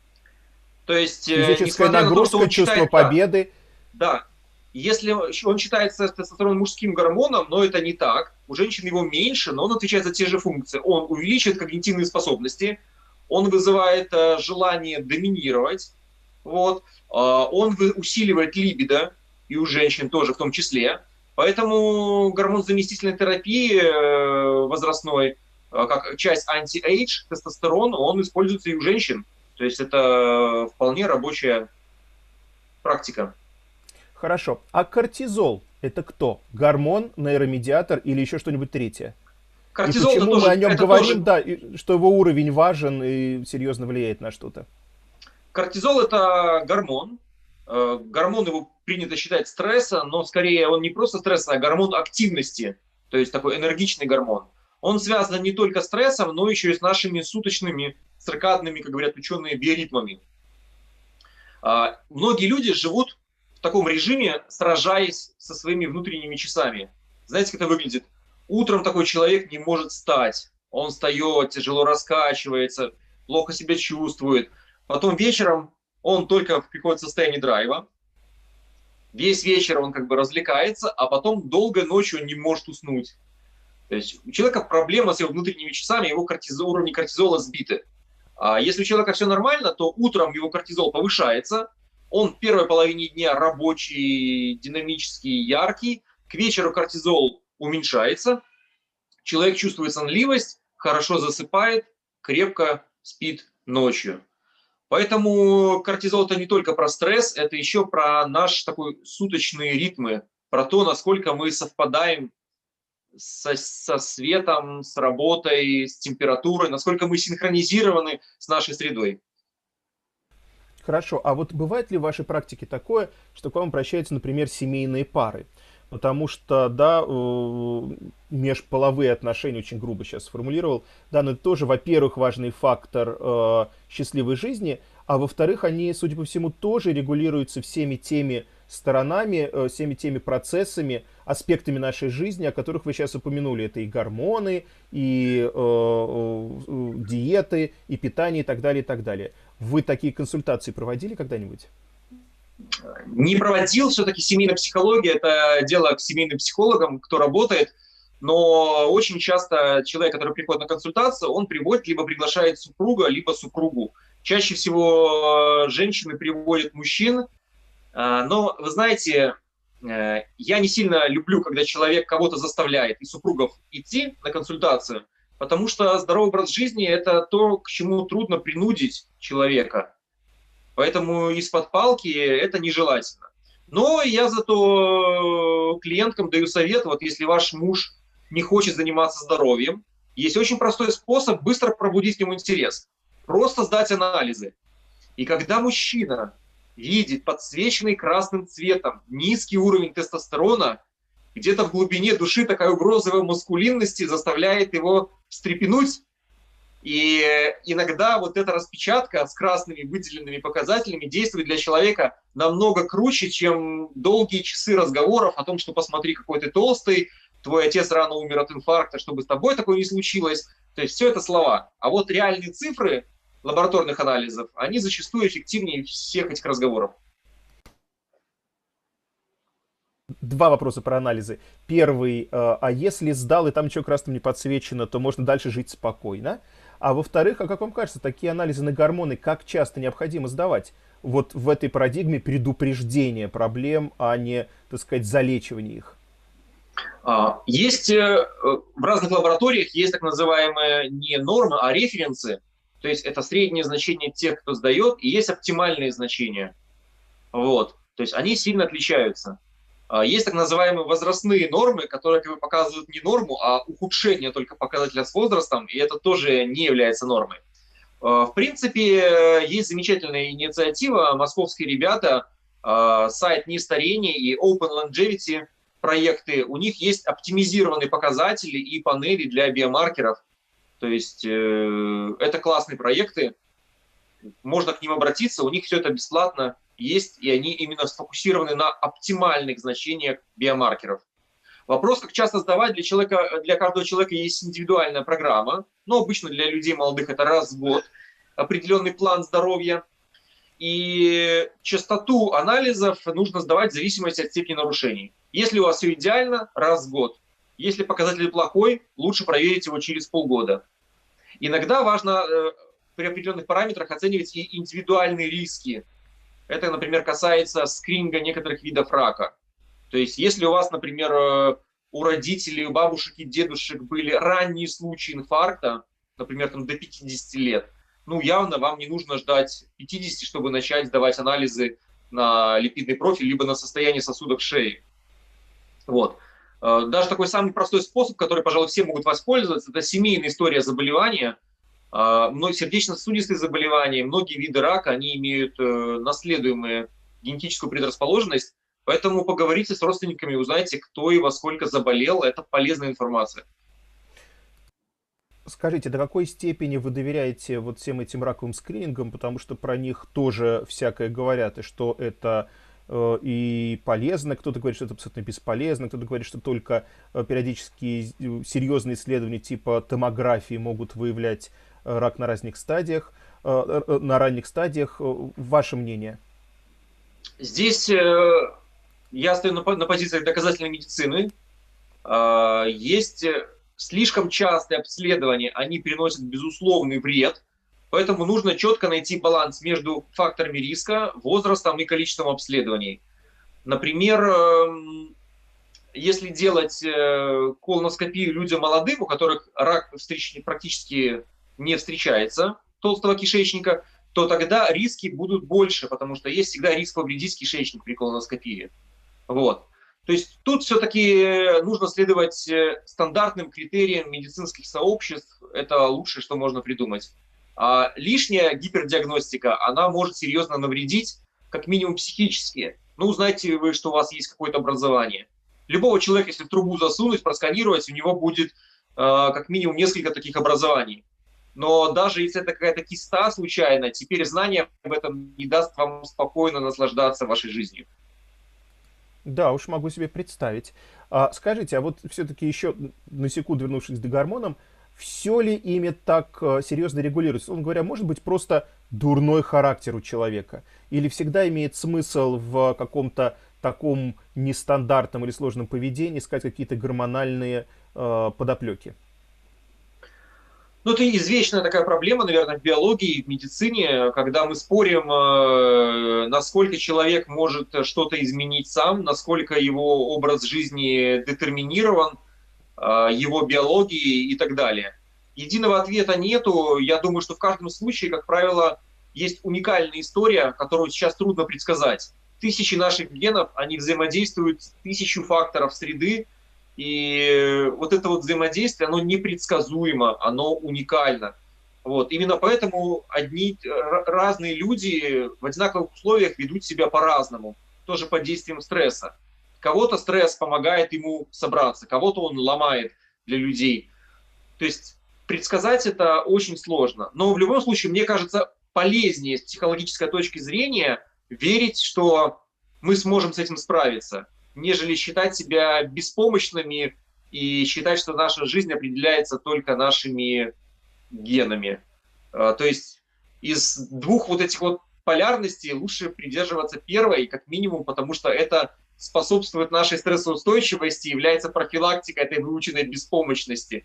То есть, Физическая несмотря на то, что нагрузка, он чувство считает, да, победы. да, если он считается тестостерон мужским гормоном, но это не так. У женщин его меньше, но он отвечает за те же функции. Он увеличивает когнитивные способности, он вызывает желание доминировать, вот, он усиливает либидо, и у женщин тоже в том числе. Поэтому гормон заместительной терапии возрастной, как часть анти-эйдж, тестостерон, он используется и у женщин. То есть это вполне рабочая практика. Хорошо. А кортизол это кто? Гормон, нейромедиатор или еще что-нибудь третье? И Кортизол почему мы о нем это говорим, тоже. да, что его уровень важен и серьезно влияет на что-то? Кортизол это гормон. Гормон его принято считать стресса, но скорее он не просто стресс, а гормон активности, то есть такой энергичный гормон. Он связан не только с стрессом, но еще и с нашими суточными циркадными, как говорят ученые, биоритмами. Многие люди живут в таком режиме, сражаясь со своими внутренними часами. Знаете, как это выглядит? Утром такой человек не может встать. Он встает, тяжело раскачивается, плохо себя чувствует. Потом вечером он только приходит в состояние драйва. Весь вечер он как бы развлекается, а потом долго ночью он не может уснуть. То есть у человека проблема с его внутренними часами, его уровни кортизола сбиты. А если у человека все нормально, то утром его кортизол повышается, он в первой половине дня рабочий, динамический, яркий, к вечеру кортизол уменьшается, человек чувствует сонливость, хорошо засыпает, крепко спит ночью. Поэтому кортизол это не только про стресс, это еще про наш такой суточные ритмы, про то, насколько мы совпадаем со светом, с работой, с температурой, насколько мы синхронизированы с нашей средой. Хорошо, а вот бывает ли в вашей практике такое, что к вам обращаются, например, семейные пары? Потому что, да, межполовые отношения, очень грубо сейчас сформулировал, да, но это тоже, во-первых, важный фактор счастливой жизни, а во-вторых, они, судя по всему, тоже регулируются всеми теми сторонами, всеми теми процессами, аспектами нашей жизни, о которых вы сейчас упомянули. Это и гормоны, и диеты, и питание, и так далее, и так далее. Вы такие консультации проводили когда-нибудь? Не проводил, все-таки семейная психология – это дело к семейным психологам, кто работает, но очень часто человек, который приходит на консультацию, он приводит, либо приглашает супруга, либо супругу. Чаще всего женщины приводят мужчин, но, вы знаете, Я не сильно люблю, когда человек кого-то заставляет, и супругов, идти на консультацию, потому что здоровый образ жизни – это то, к чему трудно принудить человека. Поэтому из-под палки это нежелательно. Но я зато клиенткам даю совет, вот если ваш муж не хочет заниматься здоровьем, есть очень простой способ быстро пробудить к нему интерес. Просто сдать анализы. И когда мужчина видит подсвеченный красным цветом низкий уровень тестостерона, где-то в глубине души такая угроза его маскулинности заставляет его встрепенуть. И иногда вот эта распечатка с красными выделенными показателями действует для человека намного круче, чем долгие часы разговоров о том, что посмотри, какой ты толстый, твой отец рано умер от инфаркта, чтобы с тобой такое не случилось. То есть все это слова. А вот реальные цифры лабораторных анализов, они зачастую эффективнее всех этих разговоров. Два вопроса про анализы. Первый, а если сдал и там ничего красным не подсвечено, то можно дальше жить спокойно. А во-вторых, а как вам кажется, такие анализы на гормоны как часто необходимо сдавать? Вот в этой парадигме предупреждения проблем, а не, так сказать, залечивания их. Есть в разных лабораториях есть так называемые не нормы, а референсы. То есть это среднее значение тех, кто сдает, и есть оптимальные значения. Вот. То есть они сильно отличаются. Есть так называемые возрастные нормы, которые как бы показывают не норму, а ухудшение только показателя с возрастом, и это тоже не является нормой. В принципе, есть замечательная инициатива, московские ребята, сайт «Нестарение» и Open Longevity проекты, у них есть оптимизированные показатели и панели для биомаркеров. То есть это классные проекты, можно к ним обратиться, у них все это бесплатно есть, и они именно сфокусированы на оптимальных значениях биомаркеров. Вопрос, как часто сдавать, для каждого человека есть индивидуальная программа, но обычно для людей молодых это раз в год, определенный план здоровья. И частоту анализов нужно сдавать в зависимости от степени нарушений. Если у вас все идеально, раз в год. Если показатель плохой, лучше проверить его через полгода. Иногда важно при определенных параметрах оценивать и индивидуальные риски. Это, например, касается скрининга некоторых видов рака. То есть, если у вас, например, у родителей, у бабушек и дедушек были ранние случаи инфаркта, например, там, до 50 лет, ну, явно вам не нужно ждать 50, чтобы начать сдавать анализы на липидный профиль, либо на состояние сосудов шеи. Вот. Даже такой самый простой способ, который, пожалуй, все могут воспользоваться, это семейная история заболевания. Сердечно-сосудистые заболевания, многие виды рака, они имеют наследуемую генетическую предрасположенность, поэтому поговорите с родственниками, узнайте, кто и во сколько заболел, это полезная информация. Скажите, до какой степени вы доверяете вот всем этим раковым скринингам, потому что про них тоже всякое говорят, и что это и полезно, кто-то говорит, что это абсолютно бесполезно, кто-то говорит, что только периодически серьезные исследования типа томографии могут выявлять рак на разных стадиях, на ранних стадиях. Ваше мнение? Здесь я стою на позициях доказательной медицины. Есть слишком частые обследования, они приносят безусловный вред, поэтому нужно четко найти баланс между факторами риска, возрастом и количеством обследований. Например, если делать колоноскопию людям молодым, у которых рак практически не встречается, толстого кишечника, то тогда риски будут больше, потому что есть всегда риск повредить кишечник при колоноскопии. Вот. То есть тут все-таки нужно следовать стандартным критериям медицинских сообществ. Это лучшее, что можно придумать. А лишняя гипердиагностика, она может серьезно навредить, как минимум психически. Ну, знаете вы, что у вас есть какое-то образование. Любого человека, если в трубу засунуть, просканировать, у него будет как минимум несколько таких образований. Но даже если это какая-то киста случайно, теперь знание об этом не даст вам спокойно наслаждаться вашей жизнью. Да, уж могу себе представить. Скажите, а вот все-таки еще на секунду вернувшись к гормонам, все ли ими так серьезно регулируется? Он говоря, может быть просто дурной характер у человека? Или всегда имеет смысл в каком-то таком нестандартном или сложном поведении искать какие-то гормональные подоплеки? Ну, это извечная такая проблема, наверное, в биологии, в медицине, когда мы спорим, насколько человек может что-то изменить сам, насколько его образ жизни детерминирован, его биологией и так далее. Единого ответа нету. Я думаю, что в каждом случае, как правило, есть уникальная история, которую сейчас трудно предсказать. Тысячи наших генов, они взаимодействуют с тысячу факторов среды, и вот это вот взаимодействие, оно непредсказуемо, оно уникально. Вот. Именно поэтому разные люди в одинаковых условиях ведут себя по-разному, тоже под действием стресса. Кого-то стресс помогает ему собраться, кого-то он ломает для людей. То есть предсказать это очень сложно. Но в любом случае, мне кажется, полезнее с психологической точки зрения верить, что мы сможем с этим справиться, нежели считать себя беспомощными и считать, что наша жизнь определяется только нашими генами. То есть из двух вот этих вот полярностей лучше придерживаться первой, как минимум, потому что это способствует нашей стрессоустойчивости, является профилактикой этой выученной беспомощности.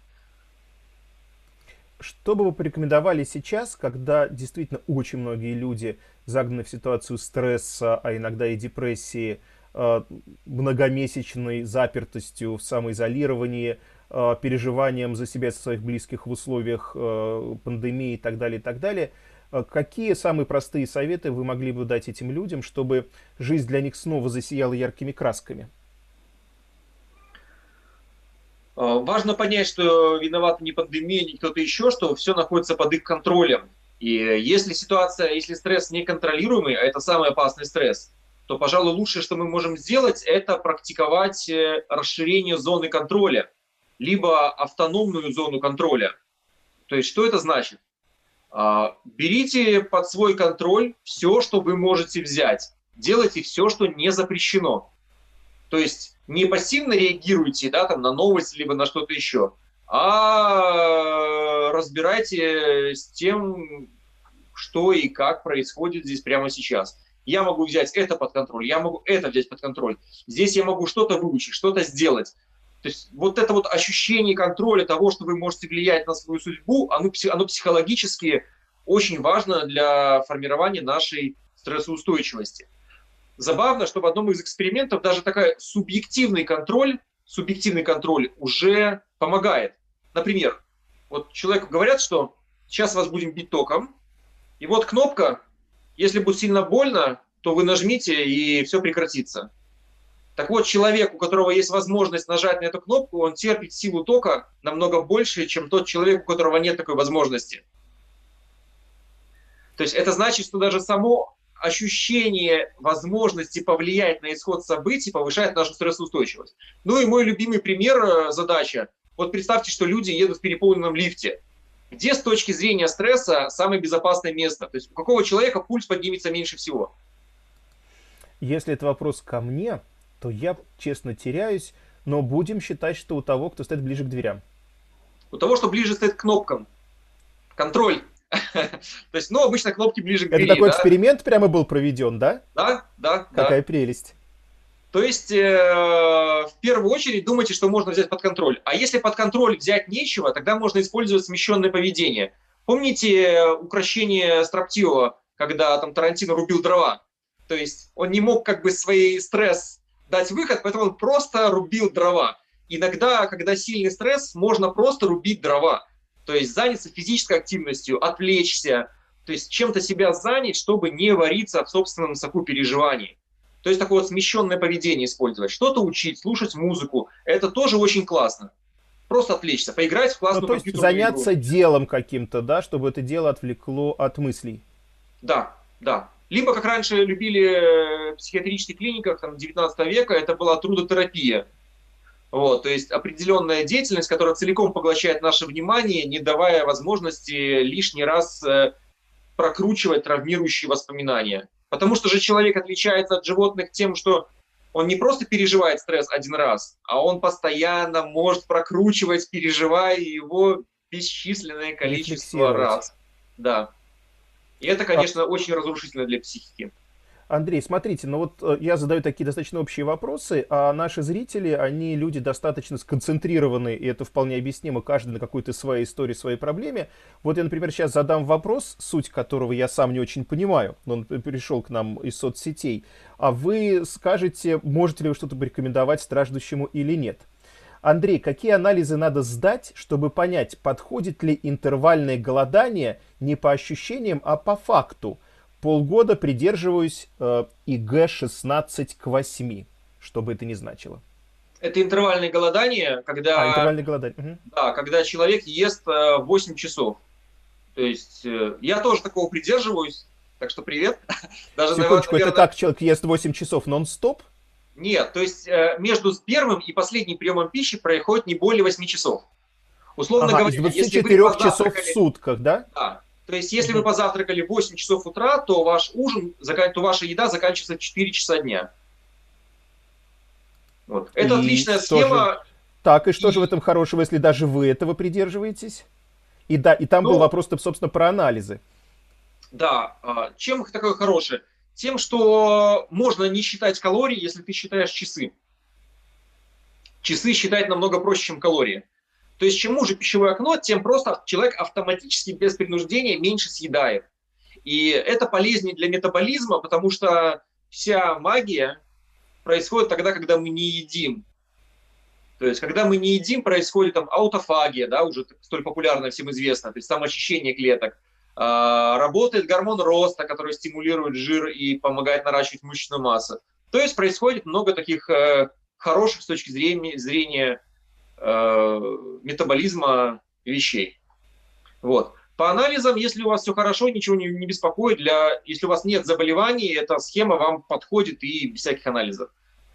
Что бы вы порекомендовали сейчас, когда действительно очень многие люди загнаны в ситуацию стресса, а иногда и депрессии, многомесячной запертостью в самоизолировании, переживанием за себя и своих близких в условиях пандемии и так далее, и так далее. Какие самые простые советы вы могли бы дать этим людям, чтобы жизнь для них снова засияла яркими красками? Важно понять, что виноват не пандемия, не кто-то еще, что все находится под их контролем. И если ситуация, если стресс неконтролируемый, а это самый опасный стресс, то, пожалуй, лучшее, что мы можем сделать, это практиковать расширение зоны контроля, либо автономную зону контроля. То есть, что это значит? Берите под свой контроль все, что вы можете взять. Делайте все, что не запрещено. То есть не пассивно реагируйте, да, там, на новости либо на что-то еще, а разбирайте с тем, что и как происходит здесь прямо сейчас. Я могу взять это под контроль, я могу это взять под контроль. Здесь я могу что-то выучить, что-то сделать. То есть вот это вот ощущение контроля того, что вы можете влиять на свою судьбу, оно психологически очень важно для формирования нашей стрессоустойчивости. Забавно, что в одном из экспериментов даже такой субъективный контроль уже помогает. Например, вот человеку говорят, что сейчас вас будем бить током, и вот кнопка, если будет сильно больно, то вы нажмите, и все прекратится. Так вот, человек, у которого есть возможность нажать на эту кнопку, он терпит силу тока намного больше, чем тот человек, у которого нет такой возможности. То есть это значит, что даже само ощущение возможности повлиять на исход событий повышает нашу стрессоустойчивость. Ну и мой любимый пример, задача. Вот представьте, что люди едут в переполненном лифте. Где с точки зрения стресса самое безопасное место? То есть у какого человека пульс поднимется меньше всего? Если это вопрос ко мне, то я, честно, теряюсь, но будем считать, что у того, кто стоит ближе к дверям. У того, что ближе стоит к кнопкам. Контроль. То есть, ну, обычно кнопки ближе к двери. Это такой эксперимент прямо был проведен, да? Да. Какая прелесть. То есть, в первую очередь думайте, что можно взять под контроль. А если под контроль взять нечего, тогда можно использовать смещенное поведение. Помните укрощение строптивого, когда там Тарантино рубил дрова? То есть он не мог как бы свой стресс дать выход, поэтому он просто рубил дрова. Иногда, когда сильный стресс, можно просто рубить дрова. То есть заняться физической активностью, отвлечься, то есть чем-то себя занять, чтобы не вариться в собственном соку переживаний. То есть такое вот смещенное поведение использовать. Что-то учить, слушать музыку. Это тоже очень классно. Просто отвлечься, поиграть в классную компьютерную игру. Заняться делом каким-то, да, чтобы это дело отвлекло от мыслей. Да. Либо, как раньше любили в психиатрических клиниках там, 19 века, это была трудотерапия. Вот, то есть определенная деятельность, которая целиком поглощает наше внимание, не давая возможности лишний раз прокручивать травмирующие воспоминания. Потому что же человек отличается от животных тем, что он не просто переживает стресс один раз, а он постоянно может прокручивать, переживая его бесчисленное количество раз. Да. И это, конечно, очень разрушительно для психики. Андрей, смотрите, ну вот я задаю такие достаточно общие вопросы, а наши зрители, они люди достаточно сконцентрированы, и это вполне объяснимо, каждый на какой-то своей истории, своей проблеме. Вот я, например, сейчас задам вопрос, суть которого я сам не очень понимаю, но он пришел к нам из соцсетей, а вы скажете, можете ли вы что-то порекомендовать страждущему или нет. Андрей, какие анализы надо сдать, чтобы понять, подходит ли интервальное голодание не по ощущениям, а по факту? Полгода придерживаюсь ИГ 16 к 8, что бы это ни значило. Это интервальное голодание, А, когда, интервальное голодание. Мгм. да, когда человек ест 8 часов. То есть я тоже такого придерживаюсь, так что привет. Даже, Секундочку, это наверное, как человек ест 8 часов нон-стоп? нет. То есть между первым и последним приемом пищи проходит не более 8 часов. Условно Ага, из говоря, если вы 24 часов в позавтракали, сутках, да? да, то есть если вы Мгм. позавтракали в 8 часов утра, то ваш ужин, то ваша еда заканчивается в 4 часа дня. Вот. Это И отличная что же? схема. Так, и что же в И, этом хорошего, если даже вы этого придерживаетесь? И да, и там был ну, вопрос, собственно, про анализы. да, чем их такое хорошее? Тем, что можно не считать калории, если ты считаешь часы. Часы считать намного проще, чем калории. То есть чем уже пищевое окно, тем просто человек автоматически без принуждения меньше съедает. И это полезнее для метаболизма, потому что вся магия происходит тогда, когда мы не едим. То есть, когда мы не едим, происходит там аутофагия, да, уже столь популярно всем известно, то есть самоочищение клеток. Работает гормон роста, который стимулирует жир и помогает наращивать мышечную массу. То есть происходит много таких хороших с точки зрения метаболизма вещей. Вот. По анализам, если у вас все хорошо, ничего не беспокоит, если у вас нет заболеваний, эта схема вам подходит и без всяких анализов.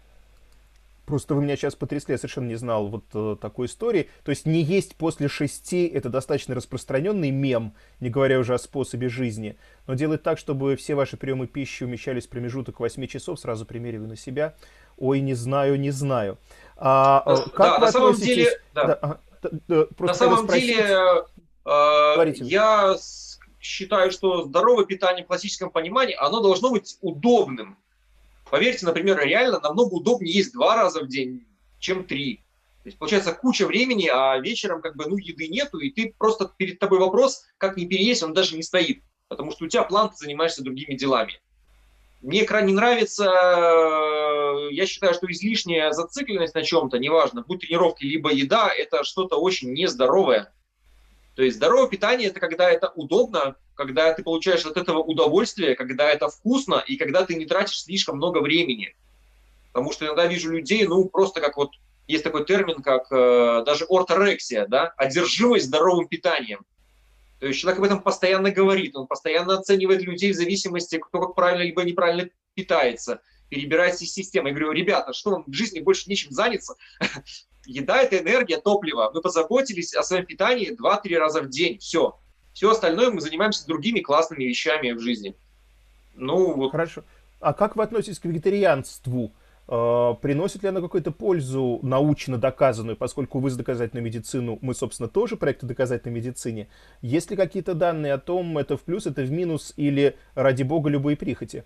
Просто вы меня сейчас потрясли, я совершенно не знал вот такой истории. То есть не есть после 6 это достаточно распространенный мем, не говоря уже о способе жизни. Но делать так, чтобы все ваши приемы пищи умещались в промежуток 8 часов, сразу примериваю на себя. Ой, не знаю, не знаю. Как Да, вы на самом относитесь... деле, да. Да, На просто хотел самом спросить... деле, Говорите. я считаю, что здоровое питание в классическом понимании, оно должно быть удобным. Поверьте, например, реально намного удобнее есть 2 раза в день, чем 3. То есть получается куча времени, а вечером как бы ну еды нету, и ты просто перед тобой вопрос, как не переесть, он даже не стоит, потому что у тебя план, ты занимаешься другими делами. Мне крайне нравится, я считаю, что излишняя зацикленность на чем-то, неважно, будь тренировки либо еда, это что-то очень нездоровое. То есть здоровое питание – это когда это удобно, когда ты получаешь от этого удовольствие, когда это вкусно и когда ты не тратишь слишком много времени. Потому что иногда вижу людей, ну, просто как вот есть такой термин, как даже орторексия, да, одержимость здоровым питанием. То есть человек об этом постоянно говорит, он постоянно оценивает людей в зависимости, кто как правильно либо неправильно питается, перебирает систему. Я говорю, ребята, что вам в жизни больше нечем заняться? Еда – это энергия, топливо. Мы позаботились о своем питании 2-3 раза в день. Все. Все остальное мы занимаемся другими классными вещами в жизни. Ну, вот. Хорошо. А как вы относитесь к вегетарианству? Приносит ли оно какую-то пользу научно доказанную, поскольку вы за доказательную медицину, мы, собственно, тоже проекты доказательной медицине. Есть ли какие-то данные о том, это в плюс, это в минус, или, ради бога, любые прихоти?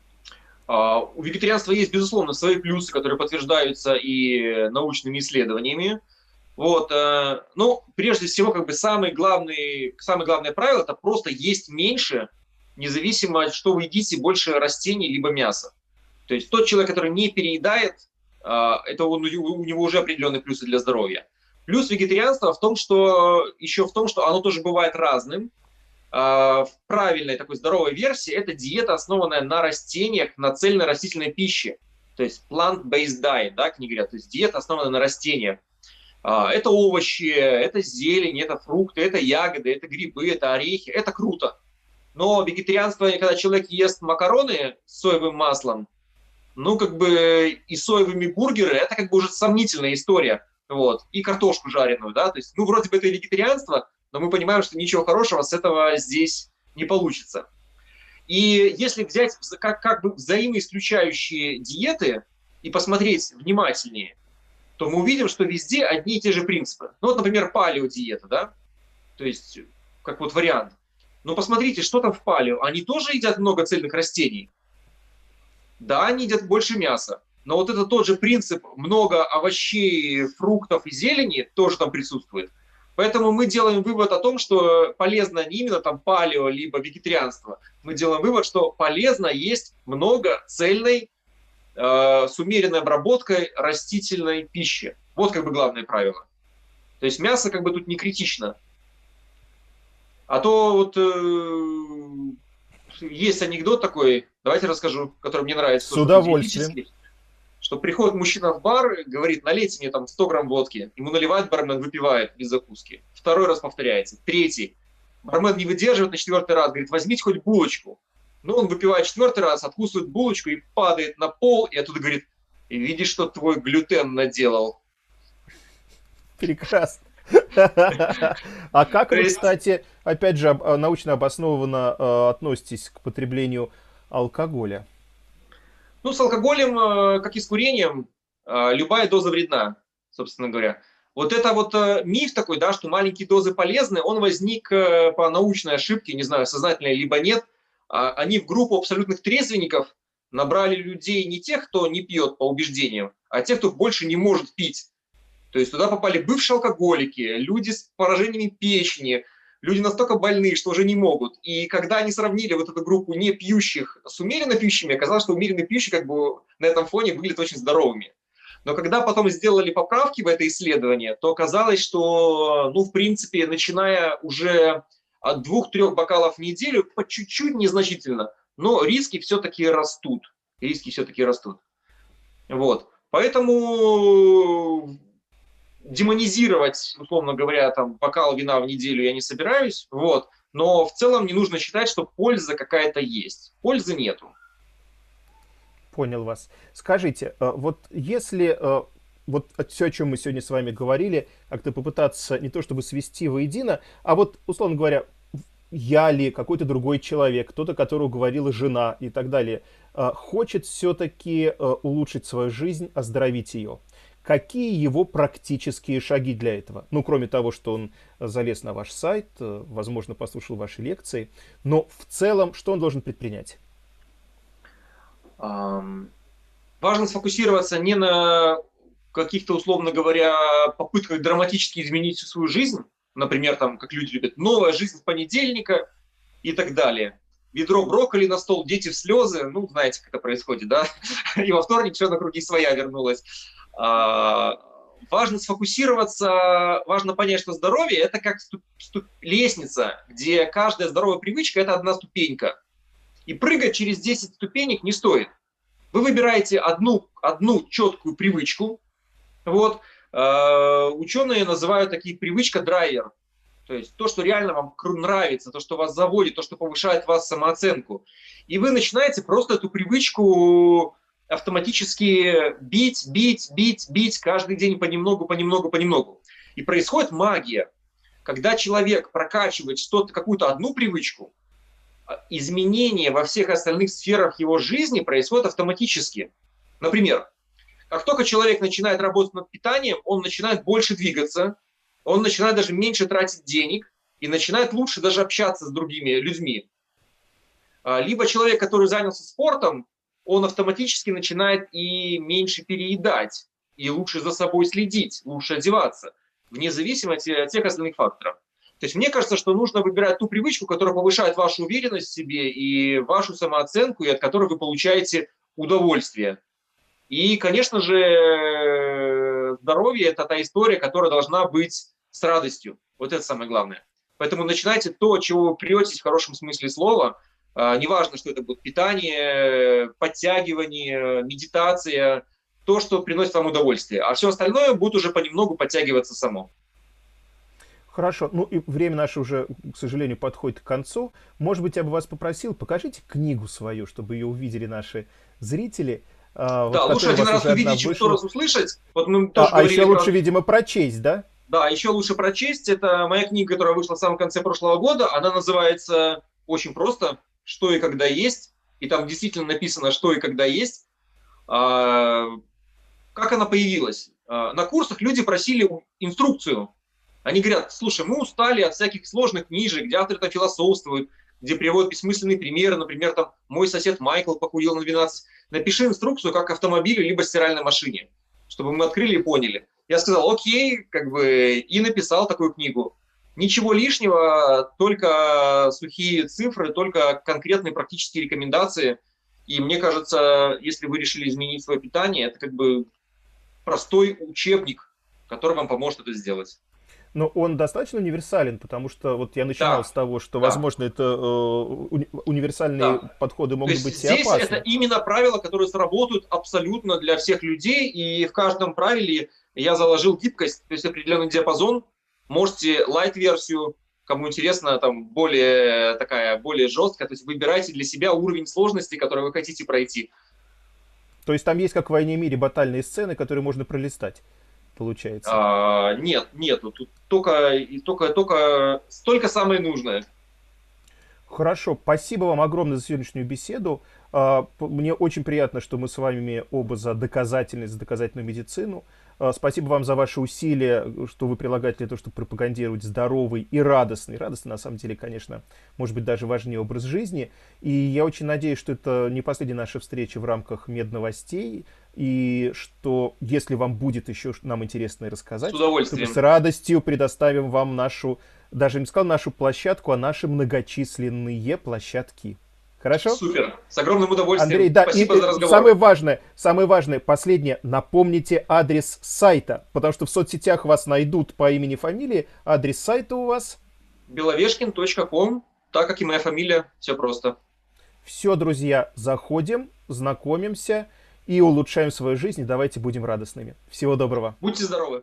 У вегетарианства есть, безусловно, свои плюсы, которые подтверждаются и научными исследованиями. Вот, ну, прежде всего, как бы самое главное правило – это просто есть меньше, независимо, что вы едите, больше растений либо мяса. То есть тот человек, который не переедает, это у него уже определенные плюсы для здоровья. Плюс вегетарианства в том, что еще в том, что оно тоже бывает разным. В правильной такой здоровой версии это диета, основанная на растениях, на цельной растительной пище. То есть plant-based diet, да, книга говорят, то есть диета, основанная на растениях. Это овощи, это зелень, это фрукты, это ягоды, это грибы, это орехи. Это круто. Но вегетарианство, когда человек ест макароны с соевым маслом, ну, как бы и соевыми бургеры, это как бы уже сомнительная история. Вот. И картошку жареную, да, то есть, ну, вроде бы это и вегетарианство, но мы понимаем, что ничего хорошего с этого здесь не получится. И если взять как бы взаимоисключающие диеты и посмотреть внимательнее, то мы увидим, что везде одни и те же принципы. Ну, вот, например, палеодиета, да, то есть, как вот вариант. Но посмотрите, что там в палео. Они тоже едят много цельных растений? Да, они едят больше мяса, но вот это тот же принцип, много овощей, фруктов и зелени тоже там присутствует. Поэтому мы делаем вывод о том, что полезно не именно там палео, либо вегетарианство. Мы делаем вывод, что полезно есть много цельной, с умеренной обработкой растительной пищи. Вот как бы главное правило. То есть мясо как бы тут не критично. А то вот есть анекдот такой, давайте расскажу, который мне нравится, С тоже такой удовольствием. диетический, что приходит мужчина в бар, говорит, налейте мне там 100 грамм водки. Ему наливает бармен, выпивает без закуски. Второй раз повторяется. Третий. Бармен не выдерживает на четвертый раз, говорит, возьмите хоть булочку. Ну, он выпивает четвертый раз, откусывает булочку и падает на пол, и оттуда говорит, видишь, что твой глютен наделал. Прекрасно. А как То вы, есть, кстати, опять же, научно обоснованно относитесь к потреблению алкоголя? ну, с алкоголем, как и с курением, любая доза вредна, собственно говоря. Вот это вот миф такой, да, что маленькие дозы полезны, он возник по научной ошибке, не знаю, сознательной либо нет. Они в группу абсолютных трезвенников набрали людей не тех, кто не пьет по убеждениям, а тех, кто больше не может пить. То есть туда попали бывшие алкоголики, люди с поражениями печени, люди настолько больные, что уже не могут. И когда они сравнили вот эту группу не пьющих с умеренно пьющими, оказалось, что умеренно пьющие как бы на этом фоне выглядят очень здоровыми. Но когда потом сделали поправки в это исследование, то оказалось, что, ну, в принципе, начиная уже от 2-3 бокалов в неделю, по чуть-чуть, незначительно, но риски все-таки растут. Риски все-таки растут. Вот. Поэтому демонизировать, условно говоря, там, бокал вина в неделю я не собираюсь, вот, но в целом не нужно считать, что польза какая-то есть. Пользы нету. Понял вас. Скажите, вот если вот все, о чем мы сегодня с вами говорили, как-то попытаться не то чтобы свести воедино, а вот, условно говоря, я ли, какой-то другой человек, кто-то, которого говорила жена и так далее, хочет все-таки улучшить свою жизнь, оздоровить ее. Какие его практические шаги для этого? Ну, кроме того, что он залез на ваш сайт, возможно, послушал ваши лекции, но в целом, что он должен предпринять? Важно сфокусироваться не на каких-то, условно говоря, попытках драматически изменить всю свою жизнь, например, там, как люди любят, новая жизнь с понедельника и так далее. Ведро брокколи на стол, дети в слезы, ну, знаете, как это происходит, да? И во вторник все на круги своя вернулась. Важно сфокусироваться, важно понять, что здоровье – это как лестница, где каждая здоровая привычка – это одна ступенька. И прыгать через 10 ступенек не стоит. Вы выбираете одну четкую привычку. Вот. Ученые называют такие привычка драйвер. То есть то, что реально вам нравится, то, что вас заводит, то, что повышает вас самооценку. И вы начинаете просто эту привычку автоматически бить каждый день понемногу, понемногу, понемногу. И происходит магия. Когда человек прокачивает что-то, какую-то одну привычку, изменения во всех остальных сферах его жизни происходят автоматически. Например, как только человек начинает работать над питанием, он начинает больше двигаться, он начинает даже меньше тратить денег и начинает лучше даже общаться с другими людьми. Либо человек, который занялся спортом, он автоматически начинает и меньше переедать, и лучше за собой следить, лучше одеваться, вне зависимости от всех остальных факторов. То есть мне кажется, что нужно выбирать ту привычку, которая повышает вашу уверенность в себе и вашу самооценку, и от которой вы получаете удовольствие. И, конечно же, здоровье – это та история, которая должна быть с радостью. Вот это самое главное. Поэтому начинайте то, от чего вы претесь в хорошем смысле слова. Неважно, что это будет питание, подтягивание, медитация, то, что приносит вам удовольствие. А все остальное будет уже понемногу подтягиваться само. Хорошо, ну и время наше уже, к сожалению, подходит к концу. Может быть, я бы вас попросил, покажите книгу свою, чтобы ее увидели наши зрители, вот, Да, лучше которая у один вас раз уже одна увидеть, чем 100 вышла. раз услышать. Вот мы тоже А еще говорили лучше, про... видимо, прочесть, да? Да, еще лучше прочесть. Это моя книга, которая вышла в самом конце прошлого года. Она называется очень просто «Что и когда есть». И там действительно написано «Что и когда есть». Как она появилась? На курсах люди просили инструкцию. Они говорят, слушай, мы устали от всяких сложных книжек, где авторы там философствуют. где приводят бессмысленные примеры, например, там, мой сосед Майкл похудел на 12. Напиши инструкцию, как автомобилю, либо стиральной машине, чтобы мы открыли и поняли. Я сказал, окей, как бы, и написал такую книгу. Ничего лишнего, только сухие цифры, только конкретные практические рекомендации. И мне кажется, если вы решили изменить свое питание, это как бы простой учебник, который вам поможет это сделать. Но он достаточно универсален, потому что вот я начинал Да, с того, что, да, возможно, это универсальные да. подходы То могут есть быть и здесь это опасны. именно правила, которые сработают абсолютно для всех людей, и в каждом правиле я заложил гибкость, то есть определенный диапазон. Можете лайт-версию, кому интересно, там более такая, более жесткая, то есть выбирайте для себя уровень сложности, который вы хотите пройти. То есть там есть, как в «Войне и мире», батальные сцены, которые можно пролистать, получается. Нет, нету, тут только самое нужное. Хорошо, спасибо вам огромное за сегодняшнюю беседу. Мне очень приятно, что мы с вами оба за доказательность, за доказательную медицину. Спасибо вам за ваши усилия, что вы прилагаете для того, чтобы пропагандировать здоровый и радостный. Радостный, на самом деле, конечно, может быть, даже важнее образ жизни. И я очень надеюсь, что это не последняя наша встреча в рамках Медновостей. И что, если вам будет еще нам интересно рассказать, С то мы удовольствием. с радостью предоставим вам нашу, даже не сказал нашу площадку, а наши многочисленные площадки. Хорошо? Супер. С огромным удовольствием. Андрей, да, Спасибо и за разговор. самое важное, последнее, напомните адрес сайта, потому что в соцсетях вас найдут по имени, фамилии. Адрес сайта у вас? Беловешкин.ком, так как и моя фамилия, все просто. Все, друзья, заходим, знакомимся и улучшаем свою жизнь, и давайте будем радостными. Всего доброго. Будьте здоровы.